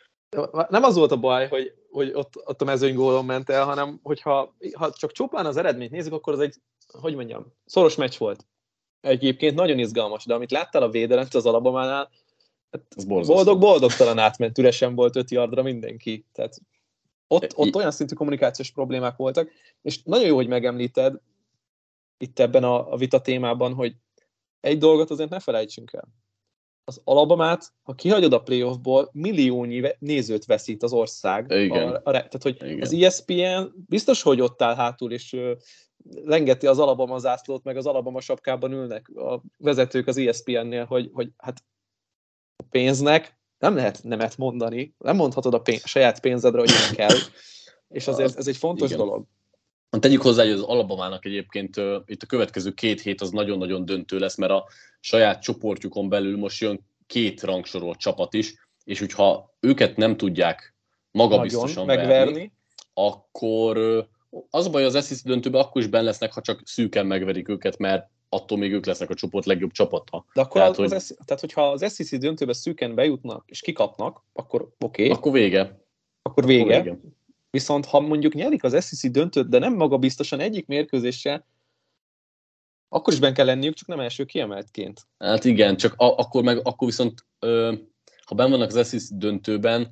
Nem az volt a baj, hogy, hogy ott, ott a mezőny gólon ment el, hanem hogyha ha csak csupán az eredményt nézzük, akkor az egy, hogy mondjam, szoros meccs volt. Egyébként nagyon izgalmas, de amit láttál a védelent az Alabamánál, hát boldog-boldogtalan átment, üresen volt öt yardra mindenki. Tehát ott, ott olyan szintű kommunikációs problémák voltak, és nagyon jó, hogy megemlíted itt ebben a, a vita témában, hogy egy dolgot azért ne felejtsünk el. Az Alabamát, ha kihagyod a playoffból, milliónyi nézőt veszít az ország. Igen. A, a, tehát, hogy Igen. az E S P N biztos, hogy ott áll hátul, és ö, lengeti az Alabama zászlót, meg az Alabama sapkában ülnek a vezetők az E S P N-nél, hogy, hogy hát a pénznek nem lehet nemet mondani, nem mondhatod a, pénz, a saját pénzedre, hogy nem kell, és azért ez egy fontos Igen. dolog. Tegyük hozzá, hogy az Alabamának egyébként uh, itt a következő két hét az nagyon-nagyon döntő lesz, mert a saját csoportjukon belül most jön két rangsorolt csapat is, és hogyha őket nem tudják magabiztosan megverni, verni, akkor uh, az a baj, az es e cé döntőben akkor is benne lesznek, ha csak szűken megverik őket, mert attól még ők lesznek a csoport legjobb csapata. De akkor tehát, az, hogy... az, tehát hogyha az es e cé döntőben szűken bejutnak és kikapnak, akkor oké. Okay. Akkor vége. Akkor vége. Akkor vége. Viszont ha mondjuk nyerik az es e cé döntőt, de nem magabiztosan egyik mérkőzéssel, akkor is benne kell lenniük, csak nem első kiemeltként. Hát igen, csak a- akkor, meg, akkor viszont, ö, ha benn vannak az es e cé döntőben,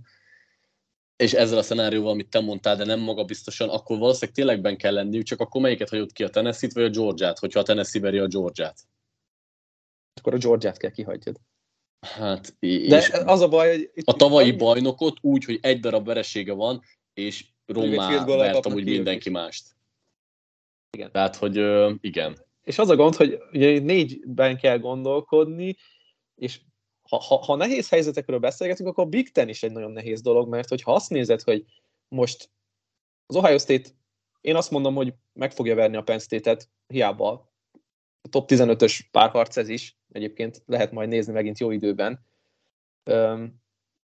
és ezzel a szenárióval, amit te mondtál, de nem magabiztosan, akkor valószínűleg tényleg benne kell lenniük, csak akkor melyiket hagyod ki, a Tennessee-t vagy a Georgiát, hogyha a Tennessee veri a Georgiát? Akkor a Georgiát kell kihagyjad. Hát, de az a baj, hogy... Itt a tavalyi itt bajnokot úgy, hogy egy darab veresége van, és rommá vert amúgy mindenki is. Mást. Igen. Tehát, hogy ö, igen. És az a gond, hogy ugye négyben kell gondolkodni, és ha, ha, ha nehéz helyzetekről beszélgetünk, akkor a Big Ten is egy nagyon nehéz dolog, mert hogyha azt nézed, hogy most az Ohio State, én azt mondom, hogy meg fogja verni a Penn State-et, hiába a top tizenötös párharc ez is, egyébként lehet majd nézni megint jó időben. Um,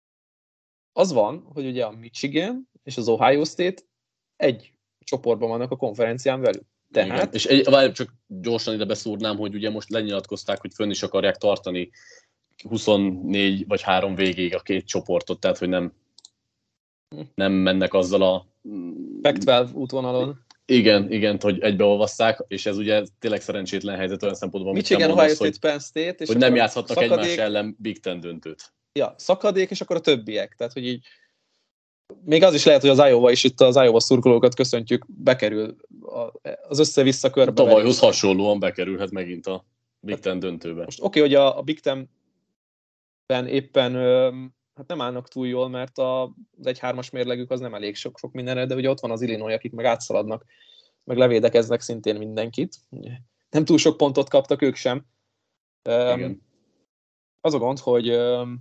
az van, hogy ugye a Michigan és az Ohio State egy csoportban vannak a konferencián velük. Tehát... Igen. És egy, várj, csak gyorsan ide beszúrnám, hogy ugye most lenyilatkozták, hogy fönn is akarják tartani huszonnégy vagy három végéig a két csoportot, tehát hogy nem, nem mennek azzal a... Pac tizenkettő útvonalon. Igen, igen, hogy egybeolvasszák, és ez ugye tényleg szerencsétlen helyzet olyan szempontból, amit Michigan, Ohio State, Penn State, és hogy nem játszhatnak szakadék, egymás ellen Big Ten döntőt. Ja, szakadék, és akkor a többiek. Tehát, hogy így még az is lehet, hogy az Iowa is, itt az Iowa szurkolókat köszöntjük, bekerül az össze-vissza körbe. Tavalyhoz hasonlóan bekerülhet megint a Big Ten döntőbe. Most oké, okay, hogy a, a Big Ten-ben éppen hát nem állnak túl jól, mert az egy hármas mérlegük az nem elég sok, sok mindenre, de ugye ott van az Illinois, akik meg átszaladnak, meg levédekeznek szintén mindenkit. Nem túl sok pontot kaptak ők sem. Igen. Az a gond, hogy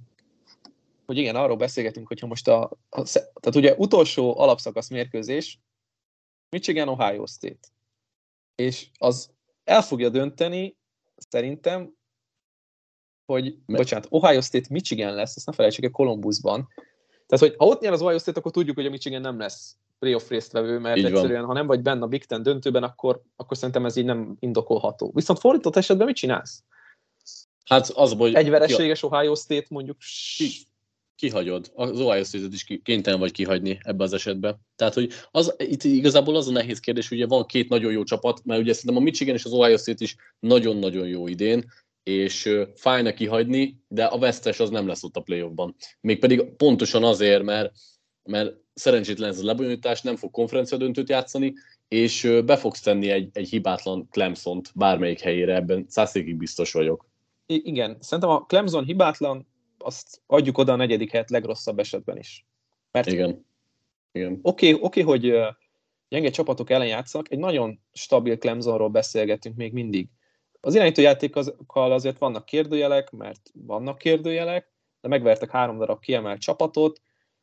hogy igen, arról beszélgetünk, hogyha most a, a tehát ugye utolsó alapszakasz mérkőzés Michigan, Ohio State. És az el fogja dönteni, szerintem, hogy, Me- bocsánat, Ohio State Michigan lesz, ezt ne felejtsük el, Columbusban. Tehát, hogy ha ott nyer az Ohio State, akkor tudjuk, hogy a Michigan nem lesz playoff résztvevő, mert így egyszerűen, van. Ha nem vagy benne a Big Ten döntőben, akkor, akkor szerintem ez így nem indokolható. Viszont fordított esetben mit csinálsz? Hát az, hogy... Egy vereséges Ohio State mondjuk... Kihagyod. Az Ohio State-et is kénytelen vagy kihagyni ebbe az esetben. Tehát, hogy az, itt igazából az a nehéz kérdés, ugye van két nagyon jó csapat, mert ugye szerintem a Michigan és az Ohio State is nagyon-nagyon jó idén, és uh, fájna kihagyni, de a vesztes az nem lesz ott a playoffban. Mégpedig pontosan azért, mert, mert szerencsétlen ez a lebonyolítás, nem fog konferencia döntőt játszani, és uh, be fogsz tenni egy, egy hibátlan Clemsont bármelyik helyére, ebben százszerzékig biztos vagyok. I- igen, szerintem a Clemson hibátlan, azt adjuk oda a negyedik helyet legrosszabb esetben is. Mert igen. Igen. Oké, okay, okay, hogy uh, gyenge csapatok ellen játszak, egy nagyon stabil Clemsonról beszélgetünk még mindig. Az irányító játékkal azért vannak kérdőjelek, mert vannak kérdőjelek, de megvertek három darab kiemelt csapatot.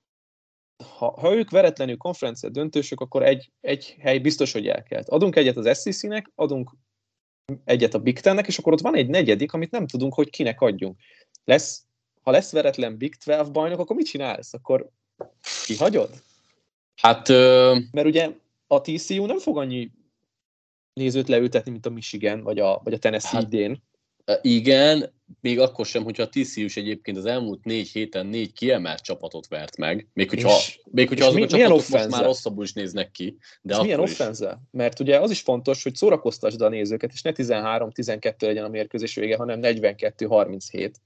Ha, ha ők veretlenül konferencia döntősök, akkor egy, egy hely biztos, hogy elkelt. Adunk egyet az es e cé-nek, adunk egyet a Big Tennek, és akkor ott van egy negyedik, amit nem tudunk, hogy kinek adjunk. lesz, ha lesz veretlen Big tizenkettő bajnok, akkor mit csinálsz? Akkor kihagyod? Hát... Ö... Mert ugye a té cé u nem fog annyi nézőt leültetni, mint a Michigan, vagy a, vagy a Tennessee hát, idén. Igen, még akkor sem, hogyha a té cé u-s egyébként az elmúlt négy héten négy kiemelt csapatot vert meg, még hogyha, és, még hogyha azok mi, a csapatok most már rosszabbul is néznek ki, de és akkor milyen is. Offense? Mert ugye az is fontos, hogy szórakoztasd a nézőket, és ne tizenhárom tizenkettő legyen a mérkőzés vége, hanem negyvenkettő harminchét.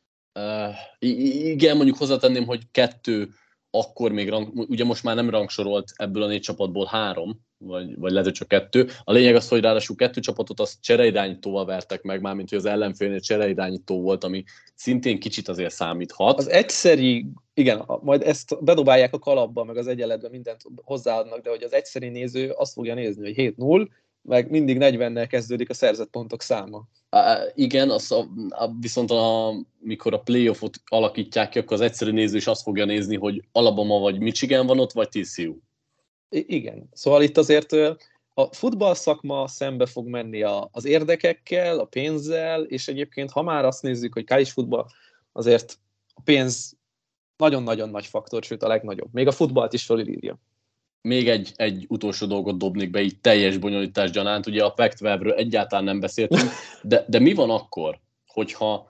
Uh, igen, mondjuk hozzátenném, hogy kettő akkor még, rang, ugye most már nem rangsorolt ebből a négy csapatból három, vagy, vagy lehet, hogy csak kettő. A lényeg az, hogy ráadásul kettő csapatot az csereirányítóval vertek meg, mármint, hogy az ellenfélnél csereirányító volt, ami szintén kicsit azért számíthat. Az egyszeri, igen, majd ezt bedobálják a kalapba, meg az egyenletben mindent hozzáadnak, de hogy az egyszeri néző azt fogja nézni, hogy hét null, meg mindig negyvennel kezdődik a szerzett pontok száma. Uh, igen, az a, a, viszont a, mikor a playoffot alakítják ki, akkor az egyszerű néző is azt fogja nézni, hogy Alabama vagy Michigan van ott, vagy té cé u. I- igen, szóval itt azért a futballszakma szembe fog menni a, az érdekekkel, a pénzzel, és egyébként ha már azt nézzük, hogy college futball, azért a pénz nagyon-nagyon nagy faktor, sőt a legnagyobb. Még a futballt is felülírja. Még egy, egy utolsó dolgot dobnék be, így teljes bonyolítás gyanánt. Ugye a Pac tizenkettőről egyáltalán nem beszéltünk, de, de mi van akkor, hogyha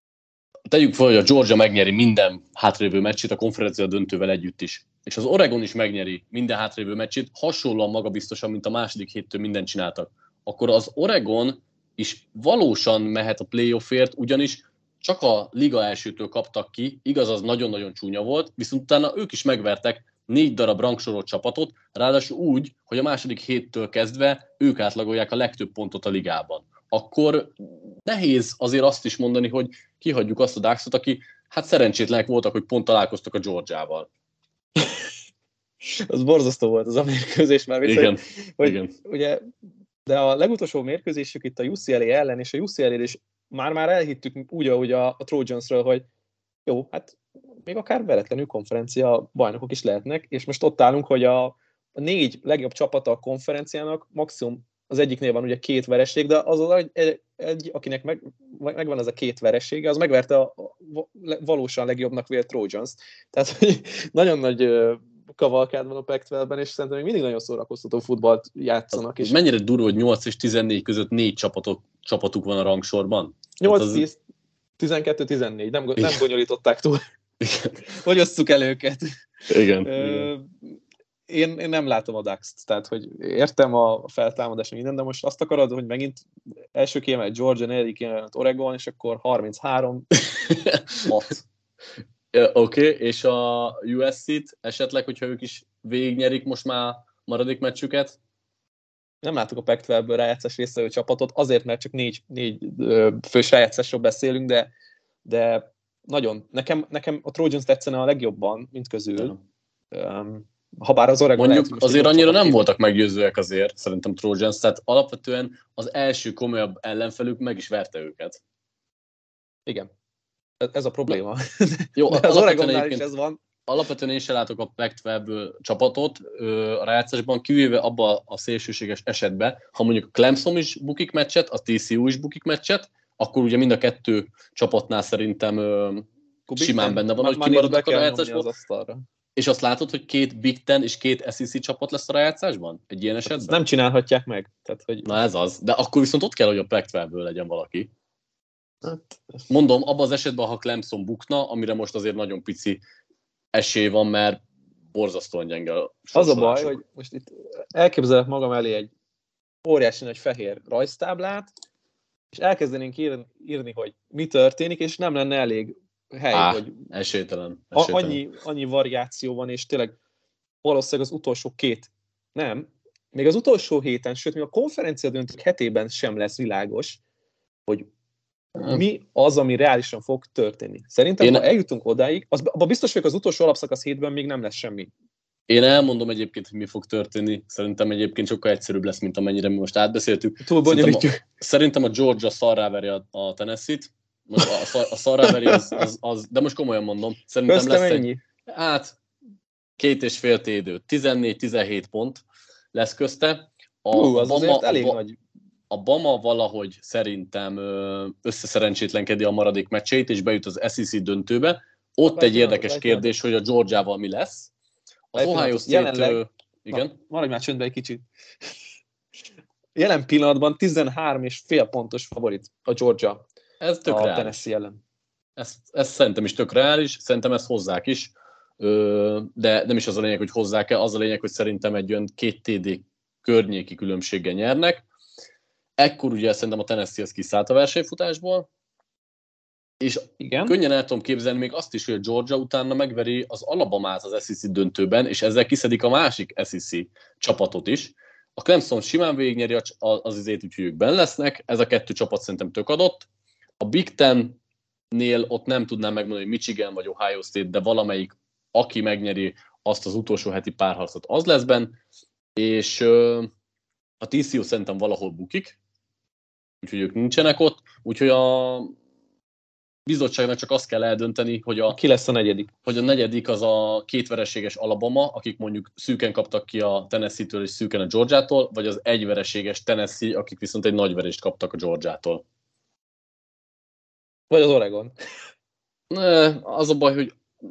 tegyük fel, hogy a Georgia megnyeri minden hátralévő meccsét a konferencia döntővel együtt is, és az Oregon is megnyeri minden hátralévő meccsét, hasonlóan magabiztosan, mint a második héttől mindent csináltak, akkor az Oregon is valósan mehet a playoffért, ugyanis csak a liga elsőtől kaptak ki, igaz, az nagyon-nagyon csúnya volt, viszont utána ők is megvertek négy darab rangsorolt csapatot, ráadásul úgy, hogy a második héttől kezdve ők átlagolják a legtöbb pontot a ligában. Akkor nehéz azért azt is mondani, hogy kihagyjuk azt a Ducksot, aki hát szerencsétlenek voltak, hogy pont találkoztak a Georgiával. Az borzasztó volt az a mérkőzés már. Viszont, igen, hogy, igen. Ugye, de a legutolsó mérkőzésük itt a u cé el á ellen, és a u cé el á is már-már elhittük úgy, ahogy a, a Trojansről, hogy jó, hát még akár veretlenül konferencia bajnokok is lehetnek, és most ott állunk, hogy a, a négy legjobb csapata a konferenciának maximum az egyiknél van ugye két vereség, de az az egy, egy akinek meg, megvan ez a két veresége, az megverte a, a valósan legjobbnak vélt Trojans. Tehát hogy nagyon nagy kavalkád van a Pac tizenkettőben, és szerintem még mindig nagyon szórakoztató futballt játszanak. És mennyire durva, hogy nyolc és tizennégy között négy csapatok, csapatuk van a rangsorban? nyolc tíz, tizenkettő tizennégy, nem, nem bonyolították túl. Hogy osszuk el őket. Igen. Ö, én, én nem látom a Ducks-t, tehát hogy értem a feltámadás minden, de most azt akarod, hogy megint első kiemelt Georgia, negyedik kiemelt Oregon, és akkor harminchárom hat. Oké, okay, és a u es cé-t esetleg, hogyha ők is végignyerik most már maradék meccsüket? Nem látok a Pac tizenkettőből rájátszás résztvevő csapatot, azért, mert csak négy, négy fős rájátszásról beszélünk, de, de nagyon, nekem, nekem a Trojans tetszene a legjobban, mint közül. Um, Habár az Oregon mondjuk lehet, azért annyira nem voltak meggyőzőek azért, szerintem Trojans, tehát alapvetően az első komolyabb ellenfelük meg is verte őket. Igen. Ez a probléma. Jó, az Oregonnál is ez van. Alapvetően én sem látok a Pac tizenkettőből csapatot a rájátszásban, kivéve abba a szélsőséges esetben, ha mondjuk a Clemson is bukik meccset, a té cé u is bukik meccset, akkor ugye mind a kettő csapatnál szerintem Kubik simán benne van, hogy kimaradnak a rájátszásból. És azt látod, hogy két Big Ten és két es í cé csapat lesz a rájátszásban? Egy ilyen esetben? Ezt nem csinálhatják meg. Tehát, hogy... Na ez az. De akkor viszont ott kell, hogy a Pac tizenkettőből legyen valaki. Hát... Mondom, abban az esetben, ha Clemson bukna, amire most azért nagyon pici esély van, mert borzasztóan gyenge a az a baj, hogy most itt elképzelek magam elé egy óriási nagy fehér rajztáblát, és elkezdenénk írni, írni, hogy mi történik, és nem lenne elég hely, Á, hogy esélytelen, esélytelen. Annyi, annyi variáció van, és tényleg valószínűleg az utolsó két, nem, még az utolsó héten, sőt, még a konferencia döntők hetében sem lesz világos, hogy mi az, ami reálisan fog történni. Szerintem, Én... ha eljutunk odáig, az, abban biztos vagyok, az utolsó alapszakasz hétben még nem lesz semmi. Én elmondom egyébként, hogy mi fog történni. Szerintem egyébként sokkal egyszerűbb lesz, mint amennyire mi most átbeszéltük. Túl bonyolítjuk. Szerintem, szerintem a Georgia szarráveri a, a Tennessee-t. Most a, szar, a szarráveri az, az, az, de most komolyan mondom. Szerintem Köztem lesz ennyi? egy, hát két és fél tédő. tizennégy tizenhét pont lesz közte. A Hú, az Bama, azért elég a, nagy. a Bama valahogy szerintem összeszerencsétlenkedi a maradék meccseit, és bejut az es í cé döntőbe. Ott egy érdekes kérdés, hogy a Georgiával mi lesz. Az Ohio State... Jelenleg... Igen? Na, maradj már csöndbe egy kicsit. Jelen pillanatban tizenhárom és fél pontos favorit a Georgia. Ez tök a reális. Tennessee ellen. Ez, ez szerintem is tök reális, szerintem ezt hozzák is, de nem is az a lényeg, hogy hozzák-e, az a lényeg, hogy szerintem egy olyan két té dé környéki különbséggel nyernek. Ekkor ugye szerintem a Tennessee az kiszállt a versenyfutásból, és igen, könnyen el tudom képzelni még azt is, hogy a Georgia utána megveri az Alabamát az es í cé döntőben, és ezzel kiszedik a másik es í cé csapatot is. A Clemson simán végignyeri az izét, úgyhogy ők benn lesznek, ez a kettő csapat szerintem tök adott. A Big Ten-nél ott nem tudnám megmondani, hogy Michigan vagy Ohio State, de valamelyik, aki megnyeri azt az utolsó heti párharcot, az lesz benn, és a té cé u szerintem valahol bukik, úgyhogy ők nincsenek ott, úgyhogy a bizottságnak csak azt kell eldönteni, hogy a, ki lesz a negyedik. Hogy a negyedik az a kétvereséges Alabama, akik mondjuk szűken kaptak ki a Tennessee-től és szűken a Georgiától, vagy az egyvereséges Tennessee, akik viszont egy nagy verést kaptak a Georgiától. Vagy az Oregon. Az a baj, hogy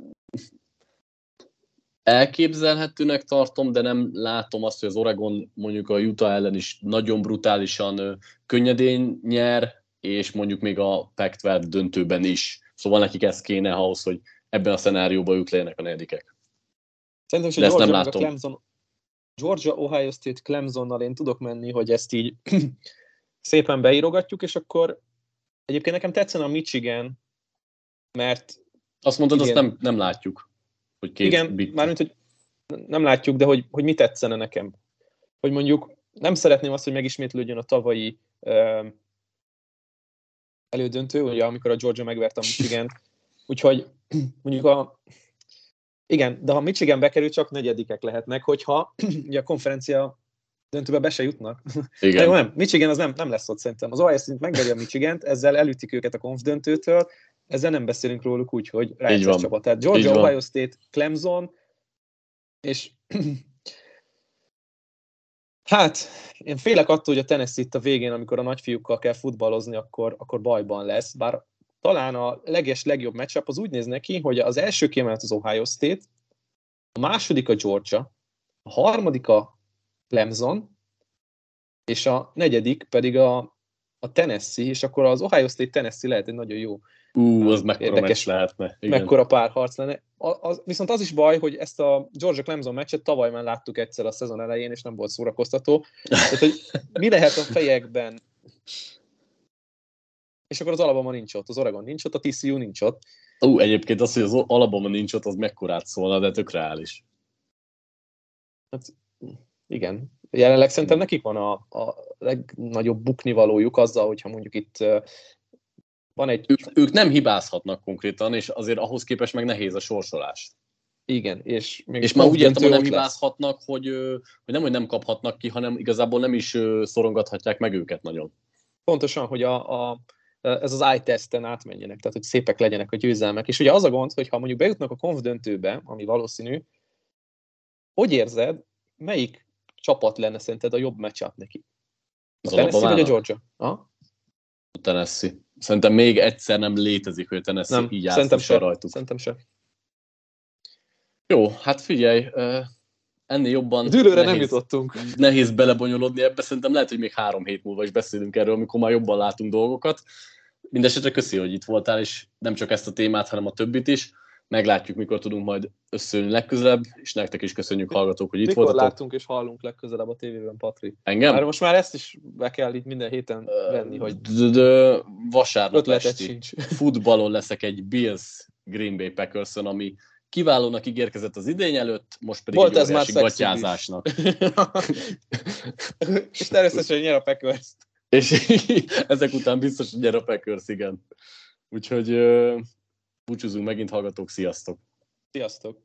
elképzelhetőnek tartom, de nem látom azt, hogy az Oregon mondjuk a Utah ellen is nagyon brutálisan könnyedén nyer, és mondjuk még a Pac tizenkettő döntőben is. Szóval nekik ez kéne ahhoz, hogy ebben a szenárióban ők legyenek a negyedikek. Szerintem, hogy Georgia, nem látom. Clemson, Georgia, Ohio State, Clemsonnal én tudok menni, hogy ezt így szépen beírogatjuk, és akkor egyébként nekem tetszene a Michigan, mert... Azt mondod, igen, azt nem, nem látjuk. Hogy két igen, big mármint, hogy nem látjuk, de hogy, hogy mi tetszene nekem. Hogy mondjuk nem szeretném azt, hogy megismétlődjön a tavalyi uh, elődöntő, ugye, amikor a Georgia megverte a Michigant. Úgyhogy mondjuk a... Igen, de ha Michigan bekerül, csak negyedikek lehetnek, hogyha ugye a konferencia döntőbe be se jutnak. Igen. Jó, nem, Michigan az nem, nem lesz ott szerintem. Az Ohio State megveri a Michigant, ezzel elütik őket a konf döntőtől, ezzel nem beszélünk róluk úgy, hogy rájátszás csapat. Tehát Georgia, Ohio State, Clemson, és hát én félek attól, hogy a Tennessee itt a végén, amikor a nagyfiúkkal kell futballozni, akkor, akkor bajban lesz. Bár talán a leges legjobb matchup az úgy néz neki, hogy az első kiemelt az Ohio State, a második a Georgia, a harmadik a Clemson, és a negyedik pedig a, a Tennessee, és akkor az Ohio State-Tennessee lehet egy nagyon jó, Ú, az mekkora meccs lehetne. Igen. Mekkora párharc lenne. A, az, viszont az is baj, hogy ezt a Georgia-Clemson meccset tavaly már láttuk egyszer a szezon elején, és nem volt szórakoztató. Tehát, hogy mi lehet a fejekben? És akkor az Alabama nincs ott, az Oregon nincs ott, a té cé u nincs ott. Ú, egyébként az, hogy az Alabama nincs ott, az mekkorát szólna, de tök reális. Hát, igen. Jelenleg szerintem nekik van a, a legnagyobb buknivalójuk azzal, hogyha mondjuk itt uh, van egy... Ők, ők nem hibázhatnak konkrétan, és azért ahhoz képest meg nehéz a sorsolás. Igen, és... Még és már úgy értem, hogy nem hibázhatnak, hogy, hogy nem, hogy nem kaphatnak ki, hanem igazából nem is szorongathatják meg őket nagyon. Pontosan, hogy a, a, ez az eye-testen átmenjenek, tehát hogy szépek legyenek a győzelmek. És ugye az a gond, hogy ha mondjuk bejutnak a konf döntőbe, ami valószínű, hogy érzed, melyik csapat lenne szerinted a jobb matchup neki? A Tennessee vagy a Georgia? Aha. A Tennessee. Szerintem még egyszer nem létezik, hogy a Tennessee nem, így átfussa rajtuk. Szerintem sem. Jó, hát figyelj, ennél jobban dűlőre nehéz, nem jutottunk. Nehéz belebonyolódni ebbe, szerintem lehet, hogy még három hét múlva is beszélünk erről, amikor már jobban látunk dolgokat. Mindenesetre köszi, hogy itt voltál, és nem csak ezt a témát, hanem a többit is. Meglátjuk, mikor tudunk majd összeülni legközelebb, és nektek is köszönjük, hallgatók, hogy itt mikor voltatok. Mikor látunk és hallunk legközelebb a tévében, Patri? Engem? Már most már ezt is be kell itt minden héten venni, hogy... De vasárnap esti futballon leszek egy Bills Green Bay Packerson, ami kiválónak ígérkezett az idény előtt, most pedig volt egy óriási gatyázásnak. És természetesen nyer a Packers. És ezek után biztos, hogy nyer a Packers, igen. Úgyhogy uh, búcsúzunk megint, hallgatók, sziasztok! Sziasztok!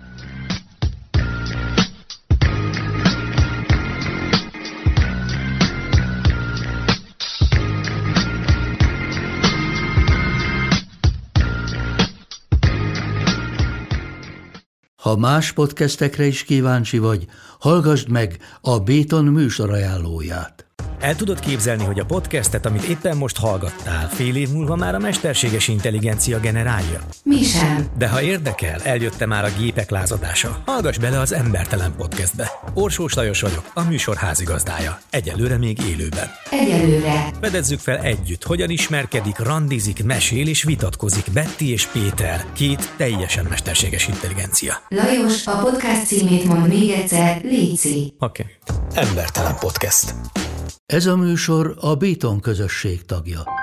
Ha más podcastekre is kíváncsi vagy, hallgassd meg a Béton műsor ajánlóját. El tudod képzelni, hogy a podcastet, amit éppen most hallgattál, fél év múlva már a mesterséges intelligencia generálja? Mi sem. De ha érdekel, eljötte már a gépek lázadása. Hallgass bele az Embertelen Podcastbe. Orsós Lajos vagyok, a műsor házigazdája. Egyelőre még élőben. Egyelőre. Fedezzük fel együtt, hogyan ismerkedik, randizik, mesél és vitatkozik Betty és Péter, két teljesen mesterséges intelligencia. Lajos, a podcast címét mond még egyszer, léci. Oké. Okay. Embertelen Podcast. Ez a műsor a Béton közösség tagja.